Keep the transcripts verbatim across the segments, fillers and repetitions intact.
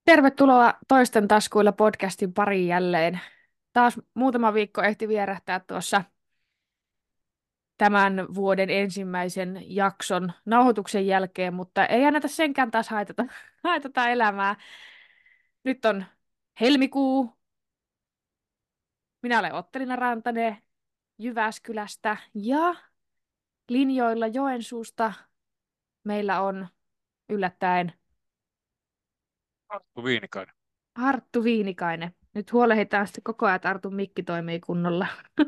Tervetuloa Toisten taskuilla podcastin pariin jälleen. Taas muutama viikko ehti vierähtää tuossa tämän vuoden ensimmäisen jakson nauhoituksen jälkeen, mutta ei anneta senkään taas haitata, haitata elämää. Nyt on helmikuu. Minä olen Ottelina Rantanen Jyväskylästä ja linjoilla Joensuusta meillä on yllättäen Arttu Viinikainen. Arttu Viinikainen. Nyt huolehditaan sitten koko ajan, että Artun mikki toimii kunnolla.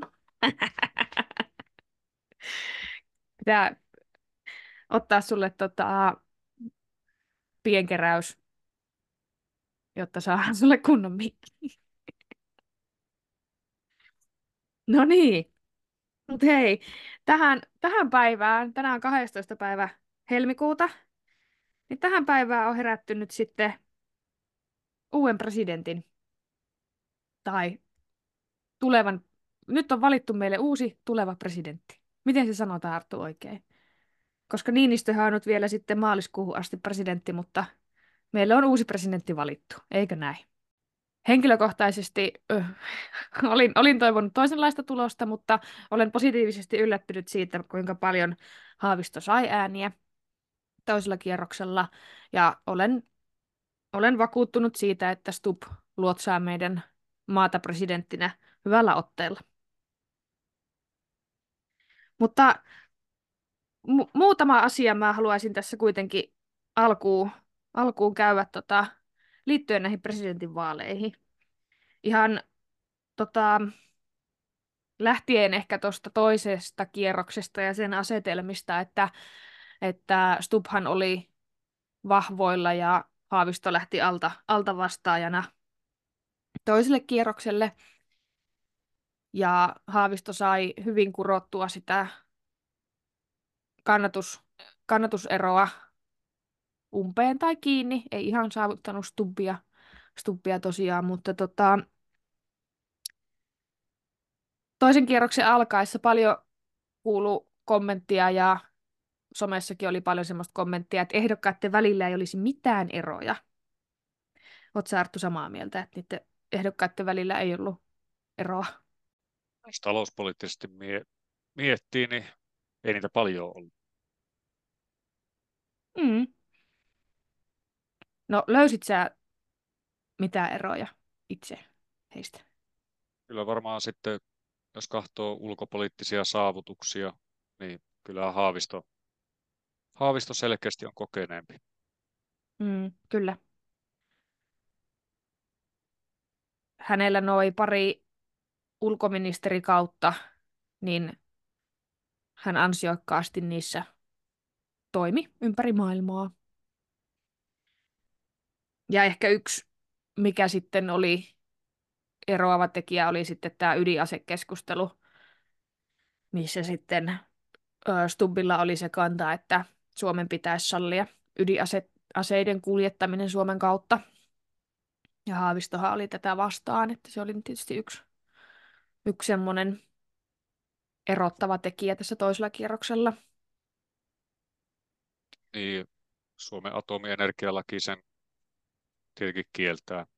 Pitää ottaa sulle tota, pienkeräys, jotta saa sulle kunnon mikki. No niin, mutta hei, tähän, tähän päivään, tänään on kahdestoista päivä helmikuuta, niin tähän päivään on herätty nyt sitten uuden presidentin tai tulevan, nyt on valittu meille uusi tuleva presidentti. Miten se sanotaan, Arttu, oikein? Koska Niinistöhän on nyt vielä sitten maaliskuuhun asti presidentti, mutta meille on uusi presidentti valittu, eikö näin? Henkilökohtaisesti ö, olin, olin toivonut toisenlaista tulosta, mutta olen positiivisesti yllättynyt siitä, kuinka paljon Haavisto sai ääniä toisella kierroksella. Ja olen, olen vakuuttunut siitä, että Stubb luotsaa meidän maata presidenttinä hyvällä otteella. Mutta mu- muutama asia mä haluaisin tässä kuitenkin alkuun, alkuun käydä tota, liittyen näihin presidentinvaaleihin. Ihan tota, lähtien ehkä tuosta toisesta kierroksesta ja sen asetelmista, että, että Stubbhan oli vahvoilla ja Haavisto lähti alta, alta vastaajana toiselle kierrokselle. Ja Haavisto sai hyvin kurottua sitä kannatus, kannatuseroa umpeen tai kiinni. Ei ihan saavuttanut Stubbia, Stubbia tosiaan, mutta tota, toisen kierroksen alkaessa paljon kuului kommenttia ja somessakin oli paljon semmoista kommenttia, että ehdokkaiden välillä ei olisi mitään eroja. Oletko sä, Arttu, samaa mieltä, että niiden ehdokkaiden välillä ei ollut eroa? Jos talouspoliittisesti mie- miettii, niin ei niitä paljon ollut. Mm. No löysit sä mitään eroja itse heistä? Kyllä varmaan sitten, jos katsoo ulkopoliittisia saavutuksia, niin kyllä Haavisto, Haavisto selkeästi on kokeneempi. Mm, kyllä. Hänellä noi pari ulkoministerikautta, niin hän ansiokkaasti niissä toimi ympäri maailmaa. Ja ehkä yksi, mikä sitten oli eroava tekijä, oli sitten tämä ydinasekeskustelu, missä sitten ö, Stubbilla oli se kanta, että Suomen pitäisi sallia ydinaseiden kuljettaminen Suomen kautta. Ja Haavistohan oli tätä vastaan, että se oli tietysti yksi, yksi semmoinen erottava tekijä tässä toisella kierroksella. Niin Suomen atomienergialaki sen tietenkin kieltää.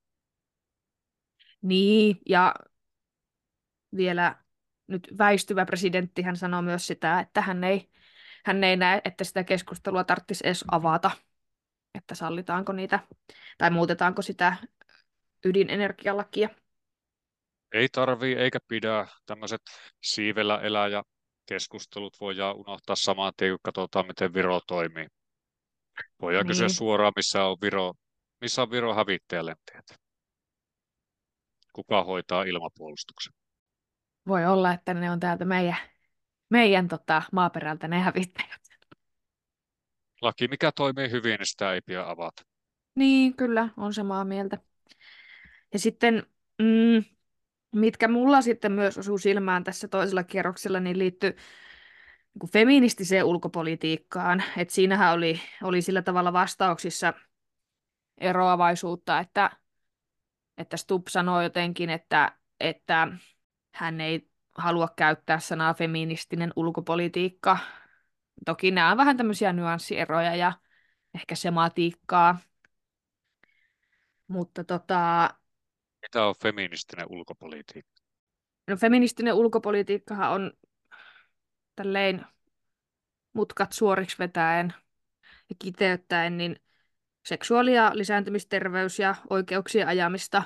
Niin, ja vielä nyt väistyvä presidentti hän sanoi myös sitä, että hän ei, hän ei näe, että sitä keskustelua tarvitsisi edes avata, että sallitaanko niitä tai muutetaanko sitä ydinenergialakia. Ei tarvii eikä pidä. Tämmöiset siivellä elää ja keskustelut voidaan unohtaa saman tien, kun katsotaan, miten Viro toimii. Voidaan kysyä Niin, suoraan, missä on Viro, missä on Viro hävittäjälentäjät. Kuka hoitaa ilmapuolustuksen? voi olla, että ne on täältä meidän, meidän tota, maaperältä ne hävittäjät. Laki, mikä toimii hyvin, niin sitä ei pidä avata. Niin, kyllä, on samaa mieltä. Ja sitten, mm, mitkä mulla sitten myös osuu silmään tässä toisella kierroksella, niin liittyy niin kuin feministiseen ulkopolitiikkaan. Et siinähän oli, oli sillä tavalla vastauksissa eroavaisuutta, että, että Stubb sanoi jotenkin, että, että hän ei halua käyttää sanaa feministinen ulkopolitiikka. Toki nämä on vähän tämmöisiä nyanssieroja ja ehkä sematiikkaa. Mutta tota, Mitä on feministinen ulkopolitiikka? no feministinen ulkopolitiikkahan on tälleen mutkat suoriksi vetäen ja kiteyttäen, niin seksuaali- ja lisääntymisterveys ja oikeuksien ajamista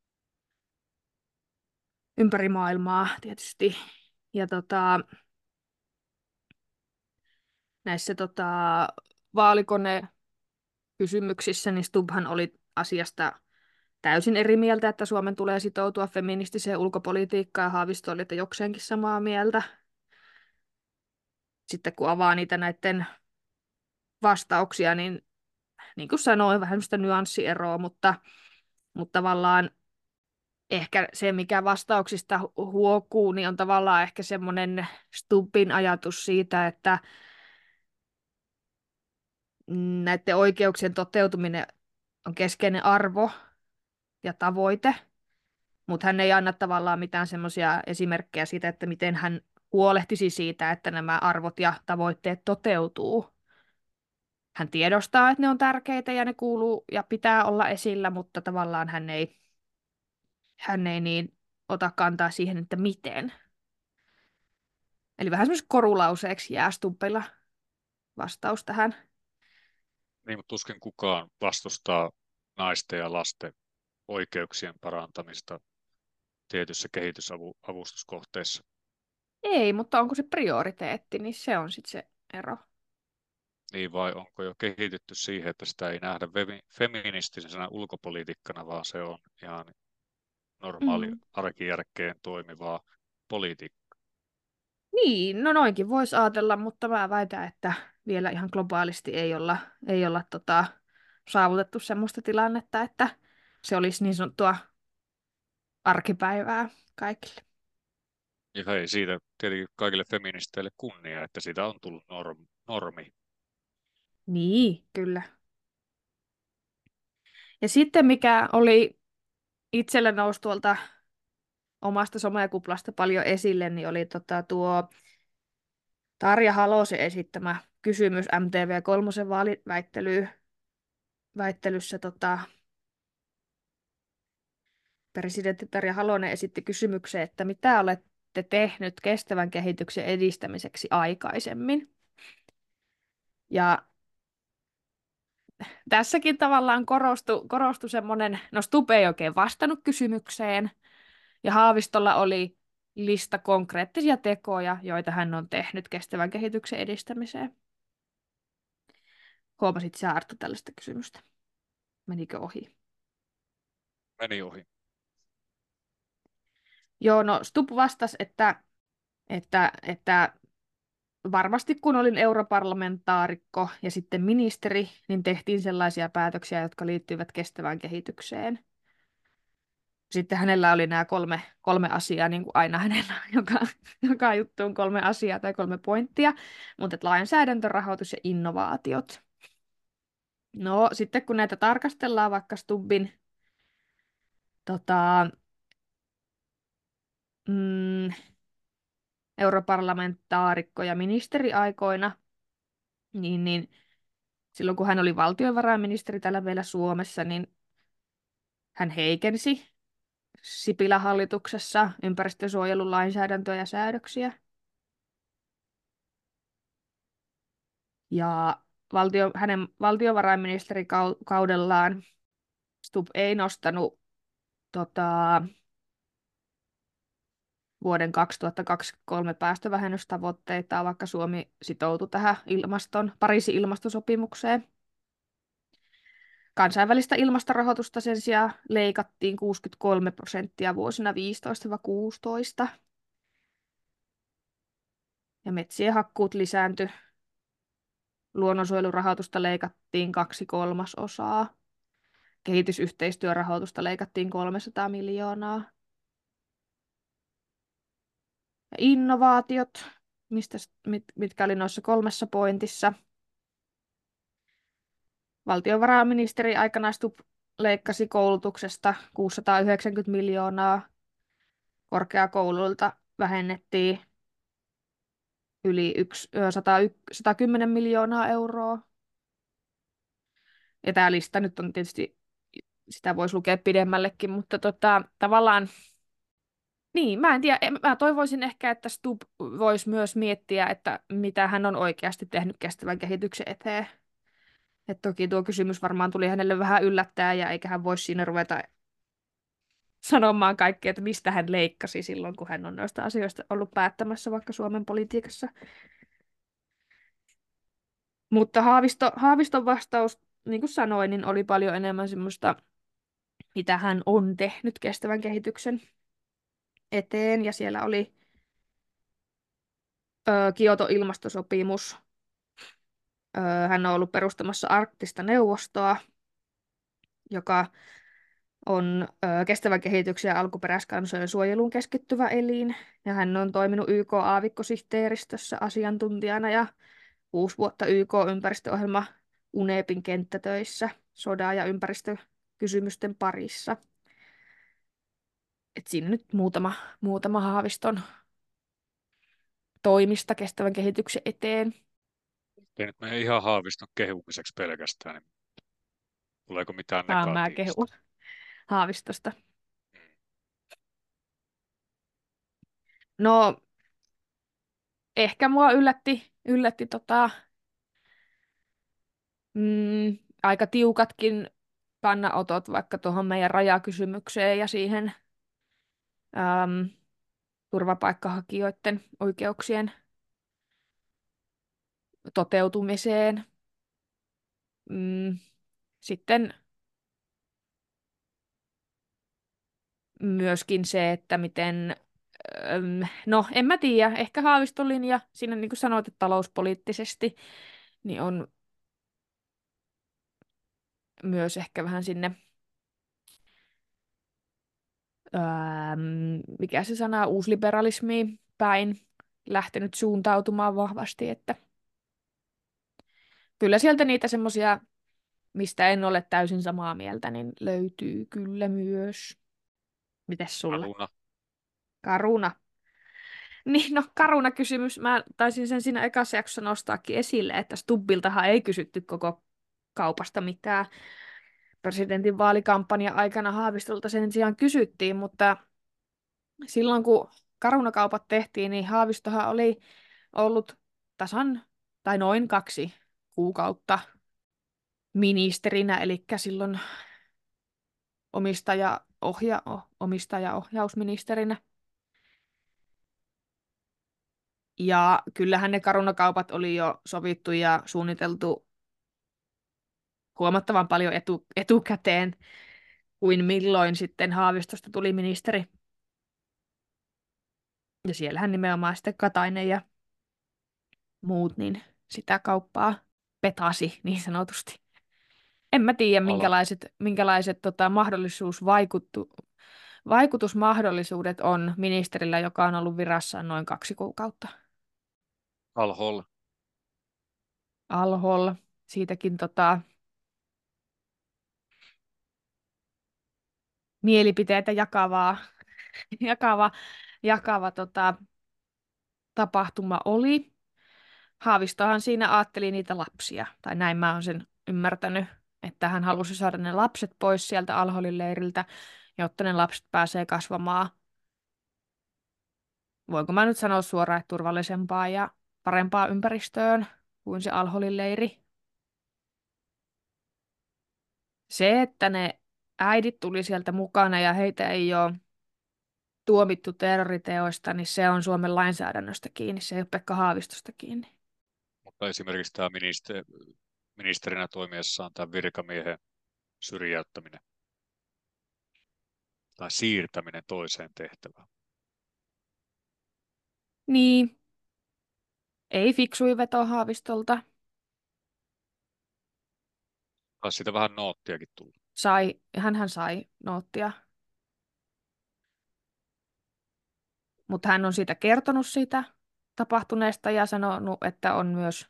ympäri maailmaa tietysti. Ja tota, näissä tota, vaalikonekysymyksissä niin Stubbhan oli asiasta täysin eri mieltä, että Suomen tulee sitoutua feministiseen ulkopolitiikkaan, ja Haavisto oli, että jokseenkin samaa mieltä. Sitten kun avaa niitä näiden vastauksia, niin niin kuin sanoin, vähän semmoista nyanssieroa, mutta, mutta tavallaan ehkä se, mikä vastauksista hu- huokuu, niin on tavallaan ehkä semmoinen Stubbin ajatus siitä, että näiden oikeuksien toteutuminen on keskeinen arvo ja tavoite, mutta hän ei anna tavallaan mitään semmoisia esimerkkejä siitä, että miten hän huolehtisi siitä, että nämä arvot ja tavoitteet toteutuu. Hän tiedostaa, että ne on tärkeitä ja ne kuuluu ja pitää olla esillä, mutta tavallaan hän ei, hän ei niin ota kantaa siihen, että miten. Eli vähän semmoiseksi korulauseeksi jää Stubbilla vastaus tähän. Niin, mutta tuskin kukaan vastustaa naisten ja lasten oikeuksien parantamista tietyissä kehitysavustuskohteissa. Ei, mutta onko se prioriteetti, niin se on sitten se ero. Niin vai onko jo kehitytty siihen, että sitä ei nähdä vemi- feministisenä ulkopolitiikkana, vaan se on ihan normaali Mm. arkijärkeen toimivaa politiikkaa. Niin, no noinkin voisi ajatella, mutta mä väitän, että vielä ihan globaalisti ei olla, ei olla tota, saavutettu semmoista tilannetta, että se olisi niin sanottua arkipäivää kaikille. Ja hei, siitä tietenkin kaikille feministeille kunnia, että siitä on tullut norm, normi. Niin, kyllä. Ja sitten mikä oli itselle nousi tuolta omasta somekuplasta paljon esille, niin oli tota tuo Tarja Halosen esittämä kysymys M T V kolme vaaliväittely, väittelyssä tota, presidentti Tarja Halonen esitti kysymyksen, että mitä olette tehnyt kestävän kehityksen edistämiseksi aikaisemmin. Ja tässäkin tavallaan korostui, korostui semmoinen, no Stubb ei oikein vastannut kysymykseen, ja Haavistolla oli lista konkreettisia tekoja, joita hän on tehnyt kestävän kehityksen edistämiseen. Huomasit sä, Arttu, tällaista kysymystä? Menikö ohi? Meni ohi. Joo, no Stubb vastasi, että, että, että varmasti kun olin europarlamentaarikko ja sitten ministeri, niin tehtiin sellaisia päätöksiä, jotka liittyivät kestävään kehitykseen. Sitten hänellä oli nämä kolme, kolme asiaa, niin kuin aina hänellä on, joka, joka juttuun kolme asiaa tai kolme pointtia, mutta että lainsäädäntö, rahoitus ja innovaatiot. No sitten kun näitä tarkastellaan vaikka Stubbin tota, mm, europarlamentaarikko- ja ministeriaikoina, niin, niin silloin kun hän oli valtiovarainministeri täällä vielä Suomessa, niin hän heikensi Sipilän hallituksessa ympäristönsuojelun lainsäädäntöä ja säädöksiä. Ja valtio, hänen valtiovarainministerikaudellaan Stubb ei nostanut tota, vuoden kaksituhattakaksikymmentäkolme päästövähennystavoitteita, vaikka Suomi sitoutui tähän ilmaston, Pariisin ilmastosopimukseen. Kansainvälistä ilmastorahoitusta sen sijaan leikattiin kuusikymmentäkolme prosenttia vuosina viisitoista kuusitoista. Ja metsien hakkuut lisääntyi. Luonnonsuojelurahoitusta leikattiin kaksi kolmasosaa. Kehitysyhteistyörahoitusta leikattiin kolmesataa miljoonaa. Ja innovaatiot, mistä, mit, mitkä oli noissa kolmessa pointissa. Valtiovarainministeri aikana Stubb leikkasi koulutuksesta kuusisataayhdeksänkymmentä miljoonaa. Korkeakouluilta vähennettiin yli yksi, ö, sata, sata kymmenen miljoonaa euroa. Ja tämä lista nyt on tietysti sitä voisi lukea pidemmällekin, mutta tota, tavallaan, niin, mä en tiedä, en- mä toivoisin ehkä, että Stubb voisi myös miettiä, että mitä hän on oikeasti tehnyt kestävän kehityksen eteen. Et toki tuo kysymys varmaan tuli hänelle vähän yllättäen, ja eikä hän voisi siinä ruveta sanomaan kaikkea, että mistä hän leikkasi silloin, kun hän on noista asioista ollut päättämässä vaikka Suomen politiikassa. Mutta Haavisto, Haaviston vastaus, niin kuin sanoin, niin oli paljon enemmän semmoista, mitä hän on tehnyt kestävän kehityksen eteen. Ja siellä oli ö, Kioto-ilmastosopimus. Ö, hän on ollut perustamassa arktista neuvostoa, joka on ö, kestävän kehityksen ja alkuperäiskansojen suojeluun keskittyvä elin. Ja hän on toiminut Y K-aavikkosihteeristössä asiantuntijana ja kuusi vuotta Y K-ympäristöohjelma UNEPin kenttätöissä soda- ja ympäristökysymysten parissa. Et siinä nyt muutama, muutama Haaviston toimista kestävän kehityksen eteen. Ei nyt mene ihan Haaviston kehumiseksi pelkästään, niin tuleeko mitään Saan mä kehua negatiivista? Haavistosta. No, ehkä mua yllätti, yllätti tota, mm, aika tiukatkin kannanotot vaikka tuohon meidän rajakysymykseen ja siihen äm, turvapaikkahakijoiden oikeuksien toteutumiseen. Mm, sitten myöskin se, että miten, äm, no en mä tiedä, ehkä Haaviston linja, siinä niin kuin sanoit, että talouspoliittisesti, niin on myös ehkä vähän sinne, äm, mikä se sana, uusliberalismiin päin lähtenyt suuntautumaan vahvasti, että kyllä sieltä niitä semmoisia, mistä en ole täysin samaa mieltä, niin löytyy kyllä myös. Mites sulla? Aluna. Karuna. Niin, no Karuna-kysymys. Mä taisin sen siinä ekassa jaksossa nostaakin esille, että Stubbiltahan ei kysytty koko kaupasta mitään. Presidentin vaalikampanja aikana Haavistolta sen sijaan kysyttiin, mutta silloin kun Caruna-kaupat tehtiin, niin Haavistohan oli ollut tasan tai noin kaksi kuukautta ministerinä, eli silloin omistaja ohja, omistajaohjausministerinä. Ja kyllähän ne Caruna-kaupat oli jo sovittu ja suunniteltu huomattavan paljon etu, etukäteen kuin milloin sitten Haavistosta tuli ministeri. Ja siellähän nimenomaan sitten Katainen ja muut niin sitä kauppaa petasi niin sanotusti. En mä tiedä, Al- minkälaiset, minkälaiset tota, mahdollisuus vaikuttu, vaikutusmahdollisuudet on ministerillä, joka on ollut virassaan noin kaksi kuukautta. Al-Hol. Alhol, siitäkin tota, mielipiteitä jakavaa, jakava, jakava tota, tapahtuma oli. Haavistohan siinä ajatteli niitä lapsia, tai näin mä oon sen ymmärtänyt, että hän halusi saada ne lapset pois sieltä Al-Holin leiriltä, jotta ne lapset pääsee kasvamaan, voinko mä nyt sanoa suoraan, että turvallisempaa ja parempaa ympäristöön kuin se Al-Holin leiri. Se, että ne äidit tuli sieltä mukana ja heitä ei ole tuomittu terroriteoista, niin se on Suomen lainsäädännöstä kiinni, se ei ole Pekka Haavistosta kiinni. Mutta esimerkiksi tämä ministeri, ministerinä toimiessaan tämä virkamiehen syrjäyttäminen tai siirtäminen toiseen tehtävään. Niin, ei fiksui veto Haavistolta. Tai siitä vähän noottiakin tullut. Sai, hänhän sai noottia, mutta hän on siitä kertonut siitä tapahtuneesta ja sanonut, että on myös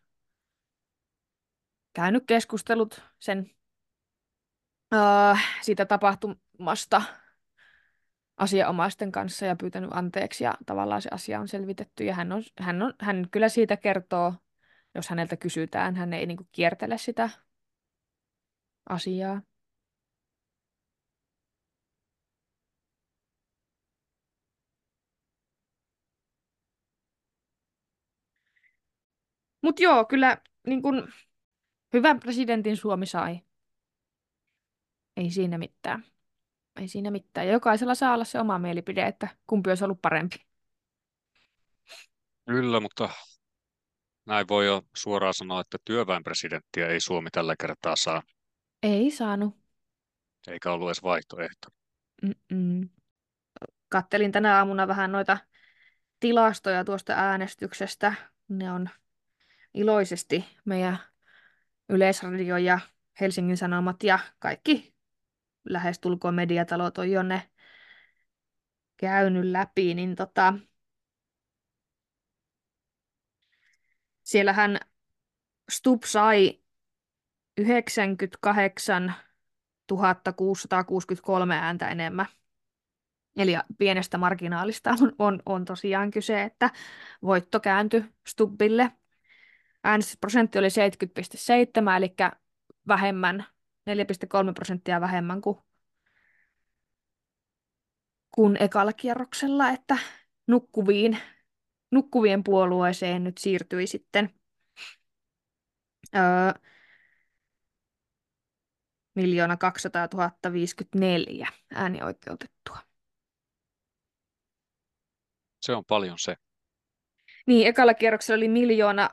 käynyt keskustelut sen öö, siitä tapahtumasta asianomaisten kanssa ja pyytänyt anteeksi ja tavallaan se asia on selvitetty ja hän, on, hän, on, hän kyllä siitä kertoo, jos häneltä kysytään, hän ei niinku kiertele sitä asiaa. Mutta joo, kyllä niin kun, hyvän presidentin Suomi sai. Ei siinä mitään. Ei siinä mitään. Ja jokaisella saa olla se oma mielipide, että kumpi olisi ollut parempi. Kyllä, mutta näin voi jo suoraan sanoa, että työväenpresidenttiä ei Suomi tällä kertaa saa, Ei saanut. eikä ollut edes vaihtoehto. Mm-mm. Kattelin tänä aamuna vähän noita tilastoja tuosta äänestyksestä. Ne on iloisesti meidän Yleisradio ja Helsingin Sanomat ja kaikki lähestulkoon mediatalot on jo ne käynyt läpi, niin tota, siellähän Stubb sai yhdeksänkymmentäkahdeksantuhattakuusisataakuusikymmentäkolme ääntä enemmän. Eli pienestä marginaalista on, on, on tosiaan kyse, että voitto kääntyi Stubbille. Äänestysprosentti oli seitsemänkymmentä pilkku seitsemän, eli vähemmän, neljä pilkku kolme prosenttia vähemmän kuin, kuin ekalla kierroksella, että nukkuviin, nukkuvien puolueeseen nyt siirtyi sitten öö, miljoona kaksisataatuhatta viisikymmentäneljä äänioikeutettua. Se on paljon se. Niin, ekalla kierroksella oli miljoona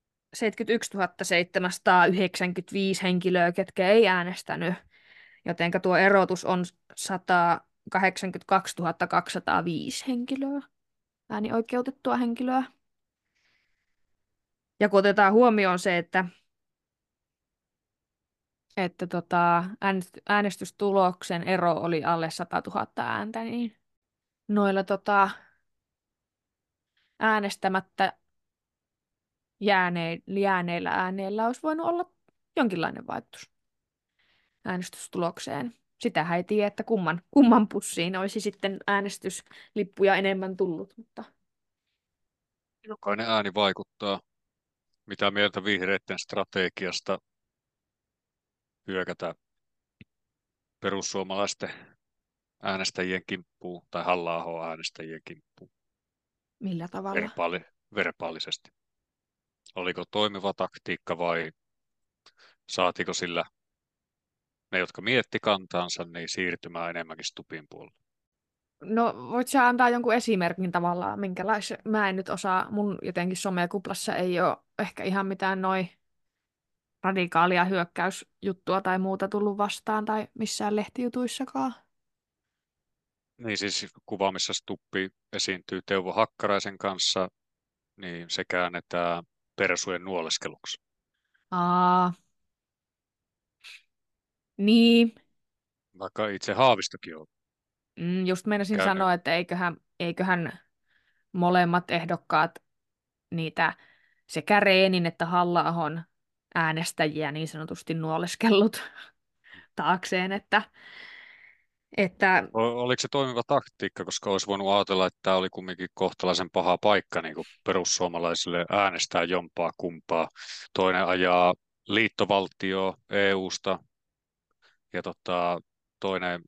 seitsemänkymmentäyksituhattaseitsemänsataayhdeksänkymmentäviisi henkilöä, ketkä ei äänestänyt, jotenka tuo erotus on sata kahdeksankymmentäkaksituhattakaksisataaviisi henkilöä, äänioikeutettua henkilöä. Ja kun otetaan huomioon se, että, että tota, äänest- äänestystuloksen ero oli alle sata tuhatta ääntä, niin noilla tota, äänestämättä jäänei- jääneillä ääneillä olisi voinut olla jonkinlainen vaikutus äänestystulokseen. Sitähän ei tiedä, että kumman, kumman pussiin olisi sitten äänestyslippuja enemmän tullut, mutta Jokainen ääni vaikuttaa. Mitä mieltä vihreiden strategiasta hyökätä perussuomalaisten äänestäjien kimppuun tai Halla-ahon äänestäjien kimppuun millä tavalla? verbaali, verbaalisesti? Oliko toimiva taktiikka vai saatiko sillä ne, jotka mietti kantaansa, niin siirtymään enemmänkin Stupin puolelle? No, voit sä antaa jonkun esimerkin tavallaan, minkälaisen, mä en nyt osaa, mun jotenkin somekuplassa ei ole ehkä ihan mitään noin radikaalia hyökkäysjuttua tai muuta tullut vastaan tai missään lehtijutuissakaan. Niin siis kuva, missä Stuppi esiintyy Teuvo Hakkaraisen kanssa, niin se käännetään persujen nuoleskeluksi. Aa, niin, Vaikka itse Haavistokin on mm, just meinasin käynyt. sanoa, että eiköhän, eiköhän molemmat ehdokkaat niitä sekä Reenin että Halla-ahon äänestäjiä niin sanotusti nuoleskellut taakseen, että, että O- Oliko se toimiva taktiikka, koska olisi voinut ajatella, että tämä oli kumminkin kohtalaisen paha paikka niin kuin perussuomalaisille äänestää jompaa kumpaa. Toinen ajaa liittovaltioa E U:sta ja tota, toinen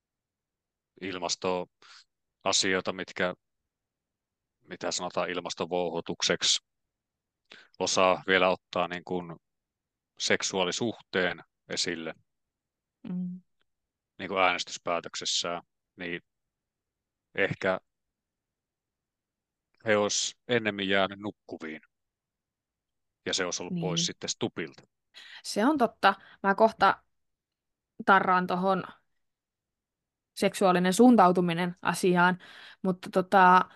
ilmastoasioita, mitkä, mitä sanotaan ilmastovouhotukseksi, osaa vielä ottaa niin kuin seksuaalisuhteen esille mm, niin kuin äänestyspäätöksessään, niin ehkä he olisi ennemmin jäänyt nukkuviin ja se olisi ollut pois niin, sitten Stupilta. se on totta. Mä kohta tarraan tuohon seksuaalinen suuntautuminen asiaan, mutta tota,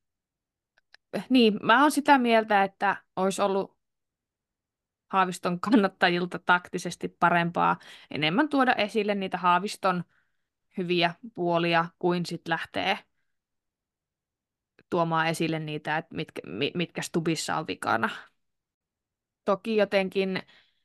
niin, mä oon sitä mieltä, että olisi ollut Haaviston kannattajilta taktisesti parempaa enemmän tuoda esille niitä Haaviston hyviä puolia, kuin sit lähtee tuomaan esille niitä, että mitkä, mi- mitkä Stubissa on vikana. Toki jotenkin,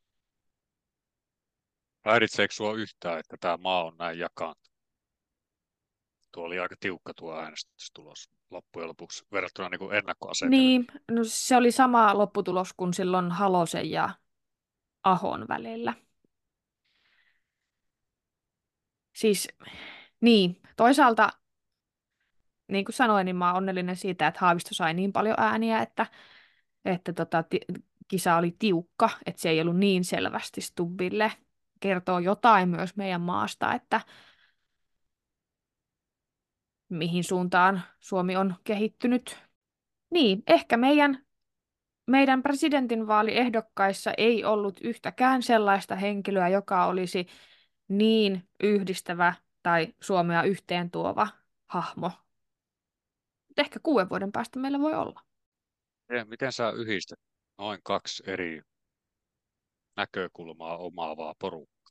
Häiritseekö sinua yhtään, että tämä maa on näin jakaantunut? Tuo oli aika tiukka tuo äänestystulos loppujen lopuksi verrattuna niin kuin ennakkoasetelmiin. niin, no se oli sama lopputulos kuin silloin Halosen ja Ahon välillä. Siis, niin, toisaalta, niin kuin sanoin, niin mä oon onnellinen siitä, että Haavisto sai niin paljon ääniä, että, että tota, ti- kisa oli tiukka, että se ei ollut niin selvästi Stubbille. Kertoo jotain myös meidän maasta, että mihin suuntaan Suomi on kehittynyt. Niin, ehkä meidän, meidän presidentinvaaliehdokkaissa ei ollut yhtäkään sellaista henkilöä, joka olisi niin yhdistävä tai Suomea yhteen tuova hahmo. Mutta ehkä kuuden vuoden päästä meillä voi olla. Miten, miten sä yhdistät noin kaksi eri näkökulmaa omaavaa porukkaa?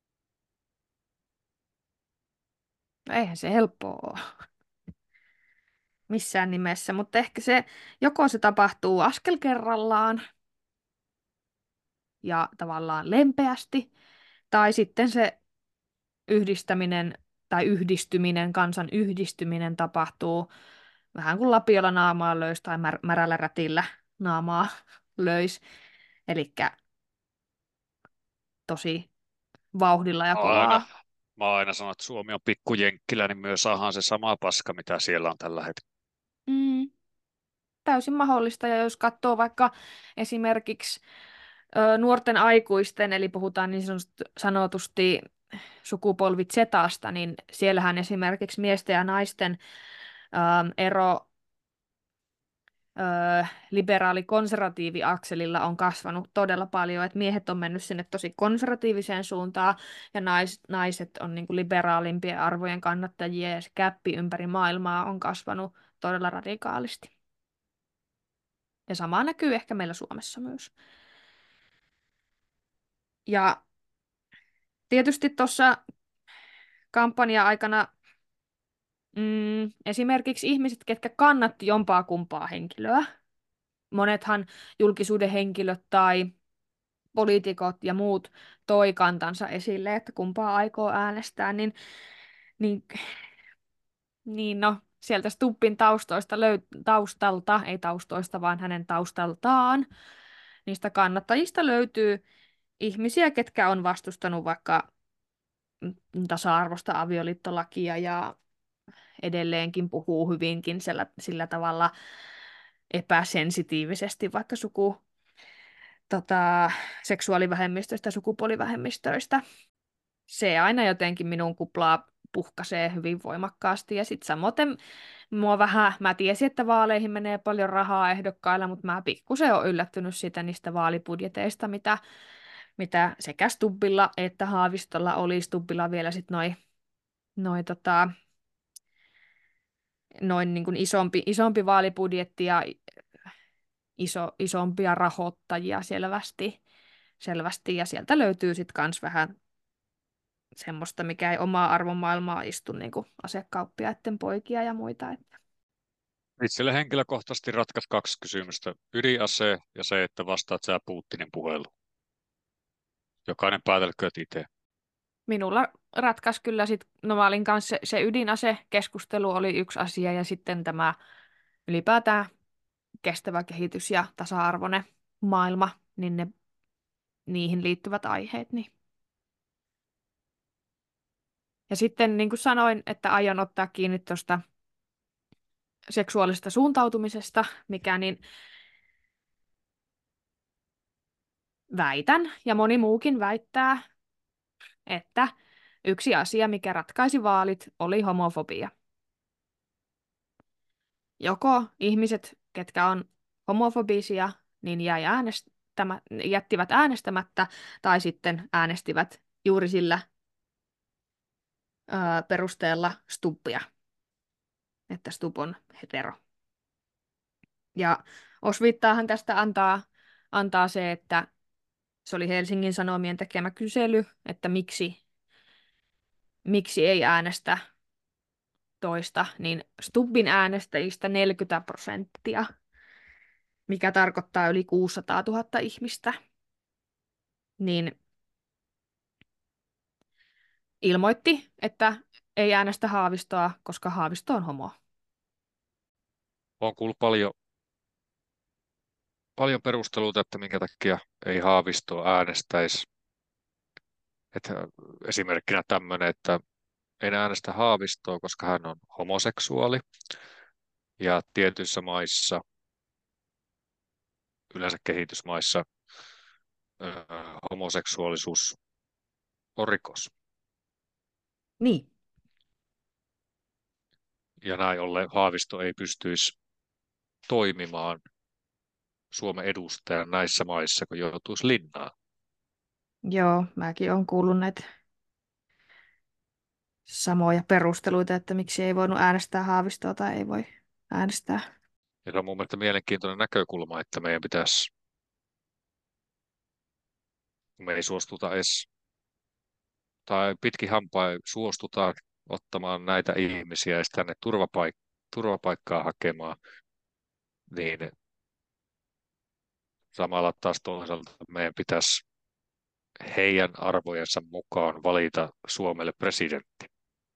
No eihän se helppoa ole missään nimessä, mutta ehkä se, joko se tapahtuu askel kerrallaan ja tavallaan lempeästi, tai sitten se yhdistäminen tai yhdistyminen, kansan yhdistyminen tapahtuu vähän kuin lapiolla naamaa löys tai mär- märällä rätillä naamaa löys. Eli tosi vauhdilla ja Mä oon aina, kovaa. mä oon aina sanonut, että Suomi on pikkujenkkilä, niin myös saadaan se sama paska, mitä siellä on tällä hetkellä. Mm, täysin mahdollista. Ja jos katsoo vaikka esimerkiksi ö, nuorten aikuisten, eli puhutaan niin sanot- sanotusti sukupolvi Zetasta, niin siellähän esimerkiksi miesten ja naisten ö, ero ö, liberaali-konservatiivi-akselilla on kasvanut todella paljon, että miehet on mennyt sinne tosi konservatiiviseen suuntaan ja nais, naiset on niin kuin liberaalimpien arvojen kannattajia ja se gäppi ympäri maailmaa on kasvanut todella radikaalisti. Ja sama näkyy ehkä meillä Suomessa myös. Ja tietysti tuossa kampanja-aikana mm, esimerkiksi ihmiset, ketkä kannatti jompaa kumpaa henkilöä, monethan julkisuuden henkilöt tai poliitikot ja muut toi kantansa esille, että kumpaa aikoo äänestää, niin, niin, niin no, sieltä Stubbin taustoista löy- taustalta, ei taustoista, vaan hänen taustaltaan, niistä kannattajista löytyy ihmisiä, ketkä on vastustanut vaikka tasa-arvoista avioliittolakia ja edelleenkin puhuu hyvinkin sillä, sillä tavalla epäsensitiivisesti vaikka suku, tota, seksuaalivähemmistöistä ja sukupuolivähemmistöistä. Se aina jotenkin minun kuplaa puhkaisee hyvin voimakkaasti. Ja sitten samoin mua vähän, mä tiesin, että vaaleihin menee paljon rahaa ehdokkailla, mutta mä pikkusen olen yllättynyt siitä niistä vaalibudjeteista, mitä, mitä sekä Stubbilla että Haavistolla oli. Stubbilla vielä sitten noin noi, tota, noin niin kuin isompi, isompi vaalibudjetti ja iso, isompia rahoittajia selvästi, selvästi. Ja sieltä löytyy sitten kans vähän semmoista, mikä ei omaa arvomaailmaa istu, niin kuin asekauppiaiden poikia ja muita. Että. Itselle henkilökohtaisesti ratkaisi kaksi kysymystä. Ydinase ja se, että vastaat sä Putinin puhelu. Jokainen päätelkööt itse. Minulla ratkaisi kyllä sit, no mä olin kanssa se, se ydinase-keskustelu oli yksi asia ja sitten tämä ylipäätään kestävä kehitys ja tasa-arvoinen maailma, niin ne niihin liittyvät aiheet. Niin. Ja sitten niin kuin sanoin, että aion ottaa kiinni tuosta seksuaalisesta suuntautumisesta, mikä niin väitän, ja moni muukin väittää, että yksi asia, mikä ratkaisi vaalit, oli homofobia. Joko ihmiset, ketkä on homofobisia, niin jäi äänestämä, jättivät äänestämättä, tai sitten äänestivät juuri sillä ö, perusteella Stubbia, että Stubb on hetero. Ja osviittaahan tästä antaa, antaa se, että se oli Helsingin Sanomien tekemä kysely, että miksi, miksi ei äänestä toista, niin Stubbin äänestäjistä neljäkymmentä prosenttia, mikä tarkoittaa yli kuusisataatuhatta ihmistä, niin ilmoitti, että ei äänestä Haavistoa, koska Haavisto on homo. Olen kuullut paljon, paljon perusteluita, että minkä takia ei Haavistoa äänestäisi. Että esimerkkinä tämmöinen, että en äänestä Haavistoa, koska hän on homoseksuaali. Ja tietyissä maissa yleensä kehitysmaissa ö, homoseksuaalisuus on rikos. Niin, Ja näin ollen Haavisto ei pystyisi toimimaan Suomen edustajan näissä maissa, kun joutuisi linnaan. joo, mäkin olen kuullut näitä samoja perusteluita, että miksi ei voinut äänestää Haavistoa tai ei voi äänestää. Ja se on mun mielestä mielenkiintoinen näkökulma, että meidän pitäisi, kun me ei suostuta edes, tai pitkin hampain suostutaan ottamaan näitä ihmisiä edes tänne turvapaik- turvapaikkaa hakemaan, niin samalla taas toisaalta meidän pitäisi heidän arvojensa mukaan valita Suomelle presidentti.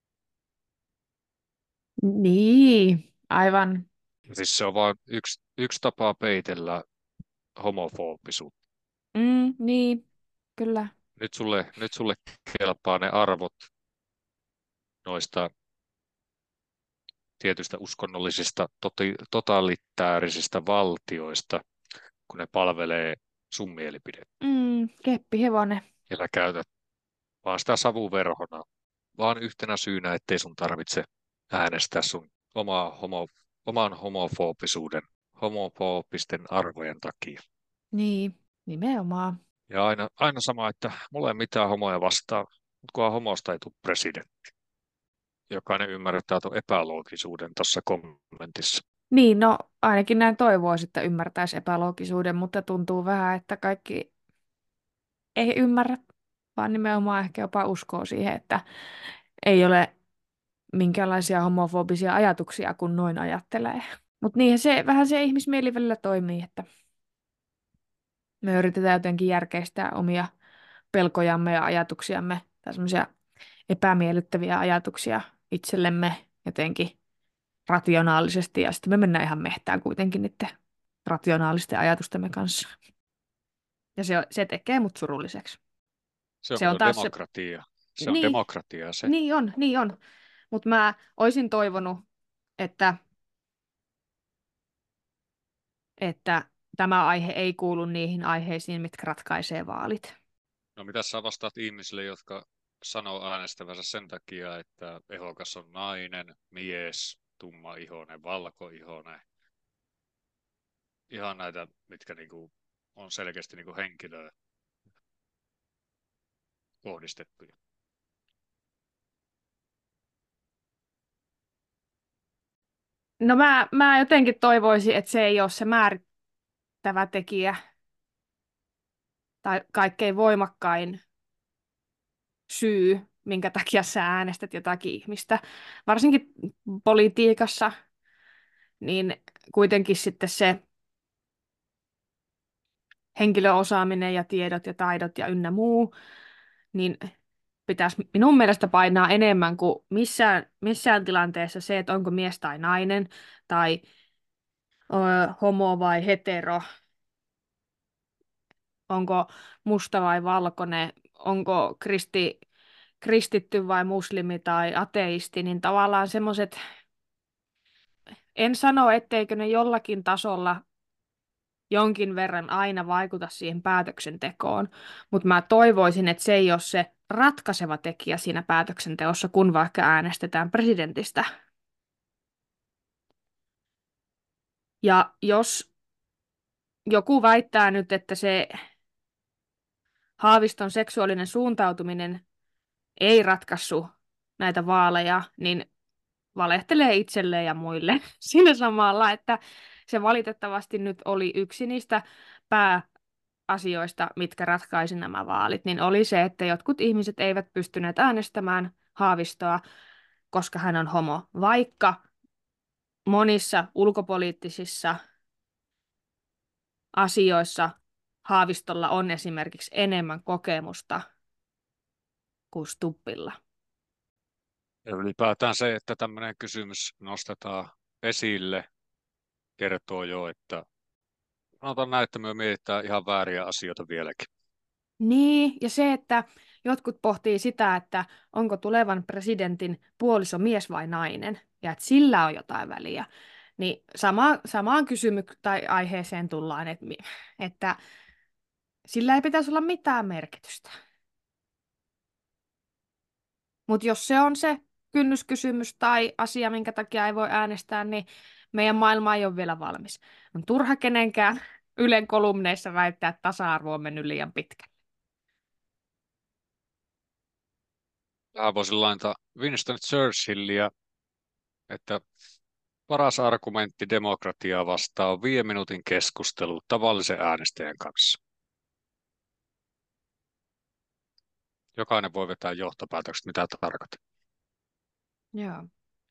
Niin, aivan. Siis se on vain yksi, yksi tapa peitellä homofobisuutta. Mm, niin, kyllä. Nyt sulle, nyt sulle kelpaa ne arvot noista tietyistä uskonnollisista toti, totalitäärisistä valtioista, kun ne palvelee sun mielipidettä. Mm, keppihevonen. Ja sä käytät vaan sitä savuverhona, vaan yhtenä syynä, ettei sun tarvitse äänestää sun omaa homo, oman homofobisuuden, homofobisten arvojen takia. Niin, nimenomaan. Ja aina, aina sama, että mulla ei mitään homoja vastaan, mutta kunhan homosta ei tule presidentti. Jokainen ymmärtää tuon epäloogisuuden tuossa kommentissa. Niin, no ainakin näin toivoisi, että ymmärtäisi epäloogisuuden, mutta tuntuu vähän, että kaikki ei ymmärrä, vaan nimenomaan ehkä jopa uskoo siihen, että ei ole minkäänlaisia homofobisia ajatuksia, kun noin ajattelee. Mutta niinhän se, vähän se ihmismieli välillä toimii, että me yritetään jotenkin järkeistää omia pelkojamme ja ajatuksiamme tai semmoisia epämiellyttäviä ajatuksia itsellemme jotenkin rationaalisesti ja sitten me mennään ihan mehtään kuitenkin niiden rationaalisten ajatustemme kanssa. Ja se, se tekee mut surulliseksi. Se on Se on kato taas se, demokratia. Se on niin, demokratia se. niin on, niin on. Mutta mä olisin toivonut, että, että tämä aihe ei kuulu niihin aiheisiin, mitkä ratkaisee vaalit. No mitä sä vastaat ihmisille, jotka sanoo äänestävänsä sen takia, että ehdokas on nainen, mies, tummaihoinen, valkoihoinen. Ihan näitä, mitkä niinku on selkeästi niinku henkilöön kohdistettuja. No mä, mä jotenkin toivoisin, että se ei ole se määrittävä tekijä tai kaikkein voimakkain syy, minkä takia sä äänestät jotakin ihmistä. Varsinkin politiikassa, niin kuitenkin sitten se henkilöosaaminen ja tiedot ja taidot ja ynnä muu, niin pitäisi minun mielestä painaa enemmän kuin missään, missään tilanteessa se, että onko mies tai nainen tai ö, homo vai hetero, onko musta vai valkoinen, onko kristi, kristitty vai muslimi tai ateisti, niin tavallaan semmoiset, en sano, etteikö ne jollakin tasolla jonkin verran aina vaikuta siihen päätöksentekoon, mutta mä toivoisin, että se ei ole se ratkaiseva tekijä siinä päätöksenteossa, kun vaikka äänestetään presidentistä. Ja jos joku väittää nyt, että se Haaviston seksuaalinen suuntautuminen ei ratkassu näitä vaaleja, niin valehtelee itselleen ja muille sillä samalla, että se valitettavasti nyt oli yksi niistä pääasioista, mitkä ratkaisi nämä vaalit, niin oli se, että jotkut ihmiset eivät pystyneet äänestämään Haavistoa, koska hän on homo, vaikka monissa ulkopoliittisissa asioissa Haavistolla on esimerkiksi enemmän kokemusta kuin Stubbilla. Ja ylipäätään se, että tämmöinen kysymys nostetaan esille, kertoo jo, että sanotaan näin, että me mietitään ihan vääriä asioita vieläkin. Niin, ja se, että jotkut pohtii sitä, että onko tulevan presidentin puoliso mies vai nainen, ja että sillä on jotain väliä, Niin sama, samaan kysymykseen tai aiheeseen tullaan, että, mi- että sillä ei pitäisi olla mitään merkitystä. Mutta jos se on se kynnyskysymys tai asia, minkä takia ei voi äänestää, niin meidän maailma ei ole vielä valmis. On turha kenenkään Ylen kolumneissa väittää, että tasa-arvo on mennyt liian pitkälle. Tähän voisin lainata Winston Churchillia, että paras argumentti demokratiaa vastaan on viiden minuutin keskustelu tavallisen äänestäjän kanssa. Jokainen voi vetää johtopäätökset, mitä tarkoittaa. Joo.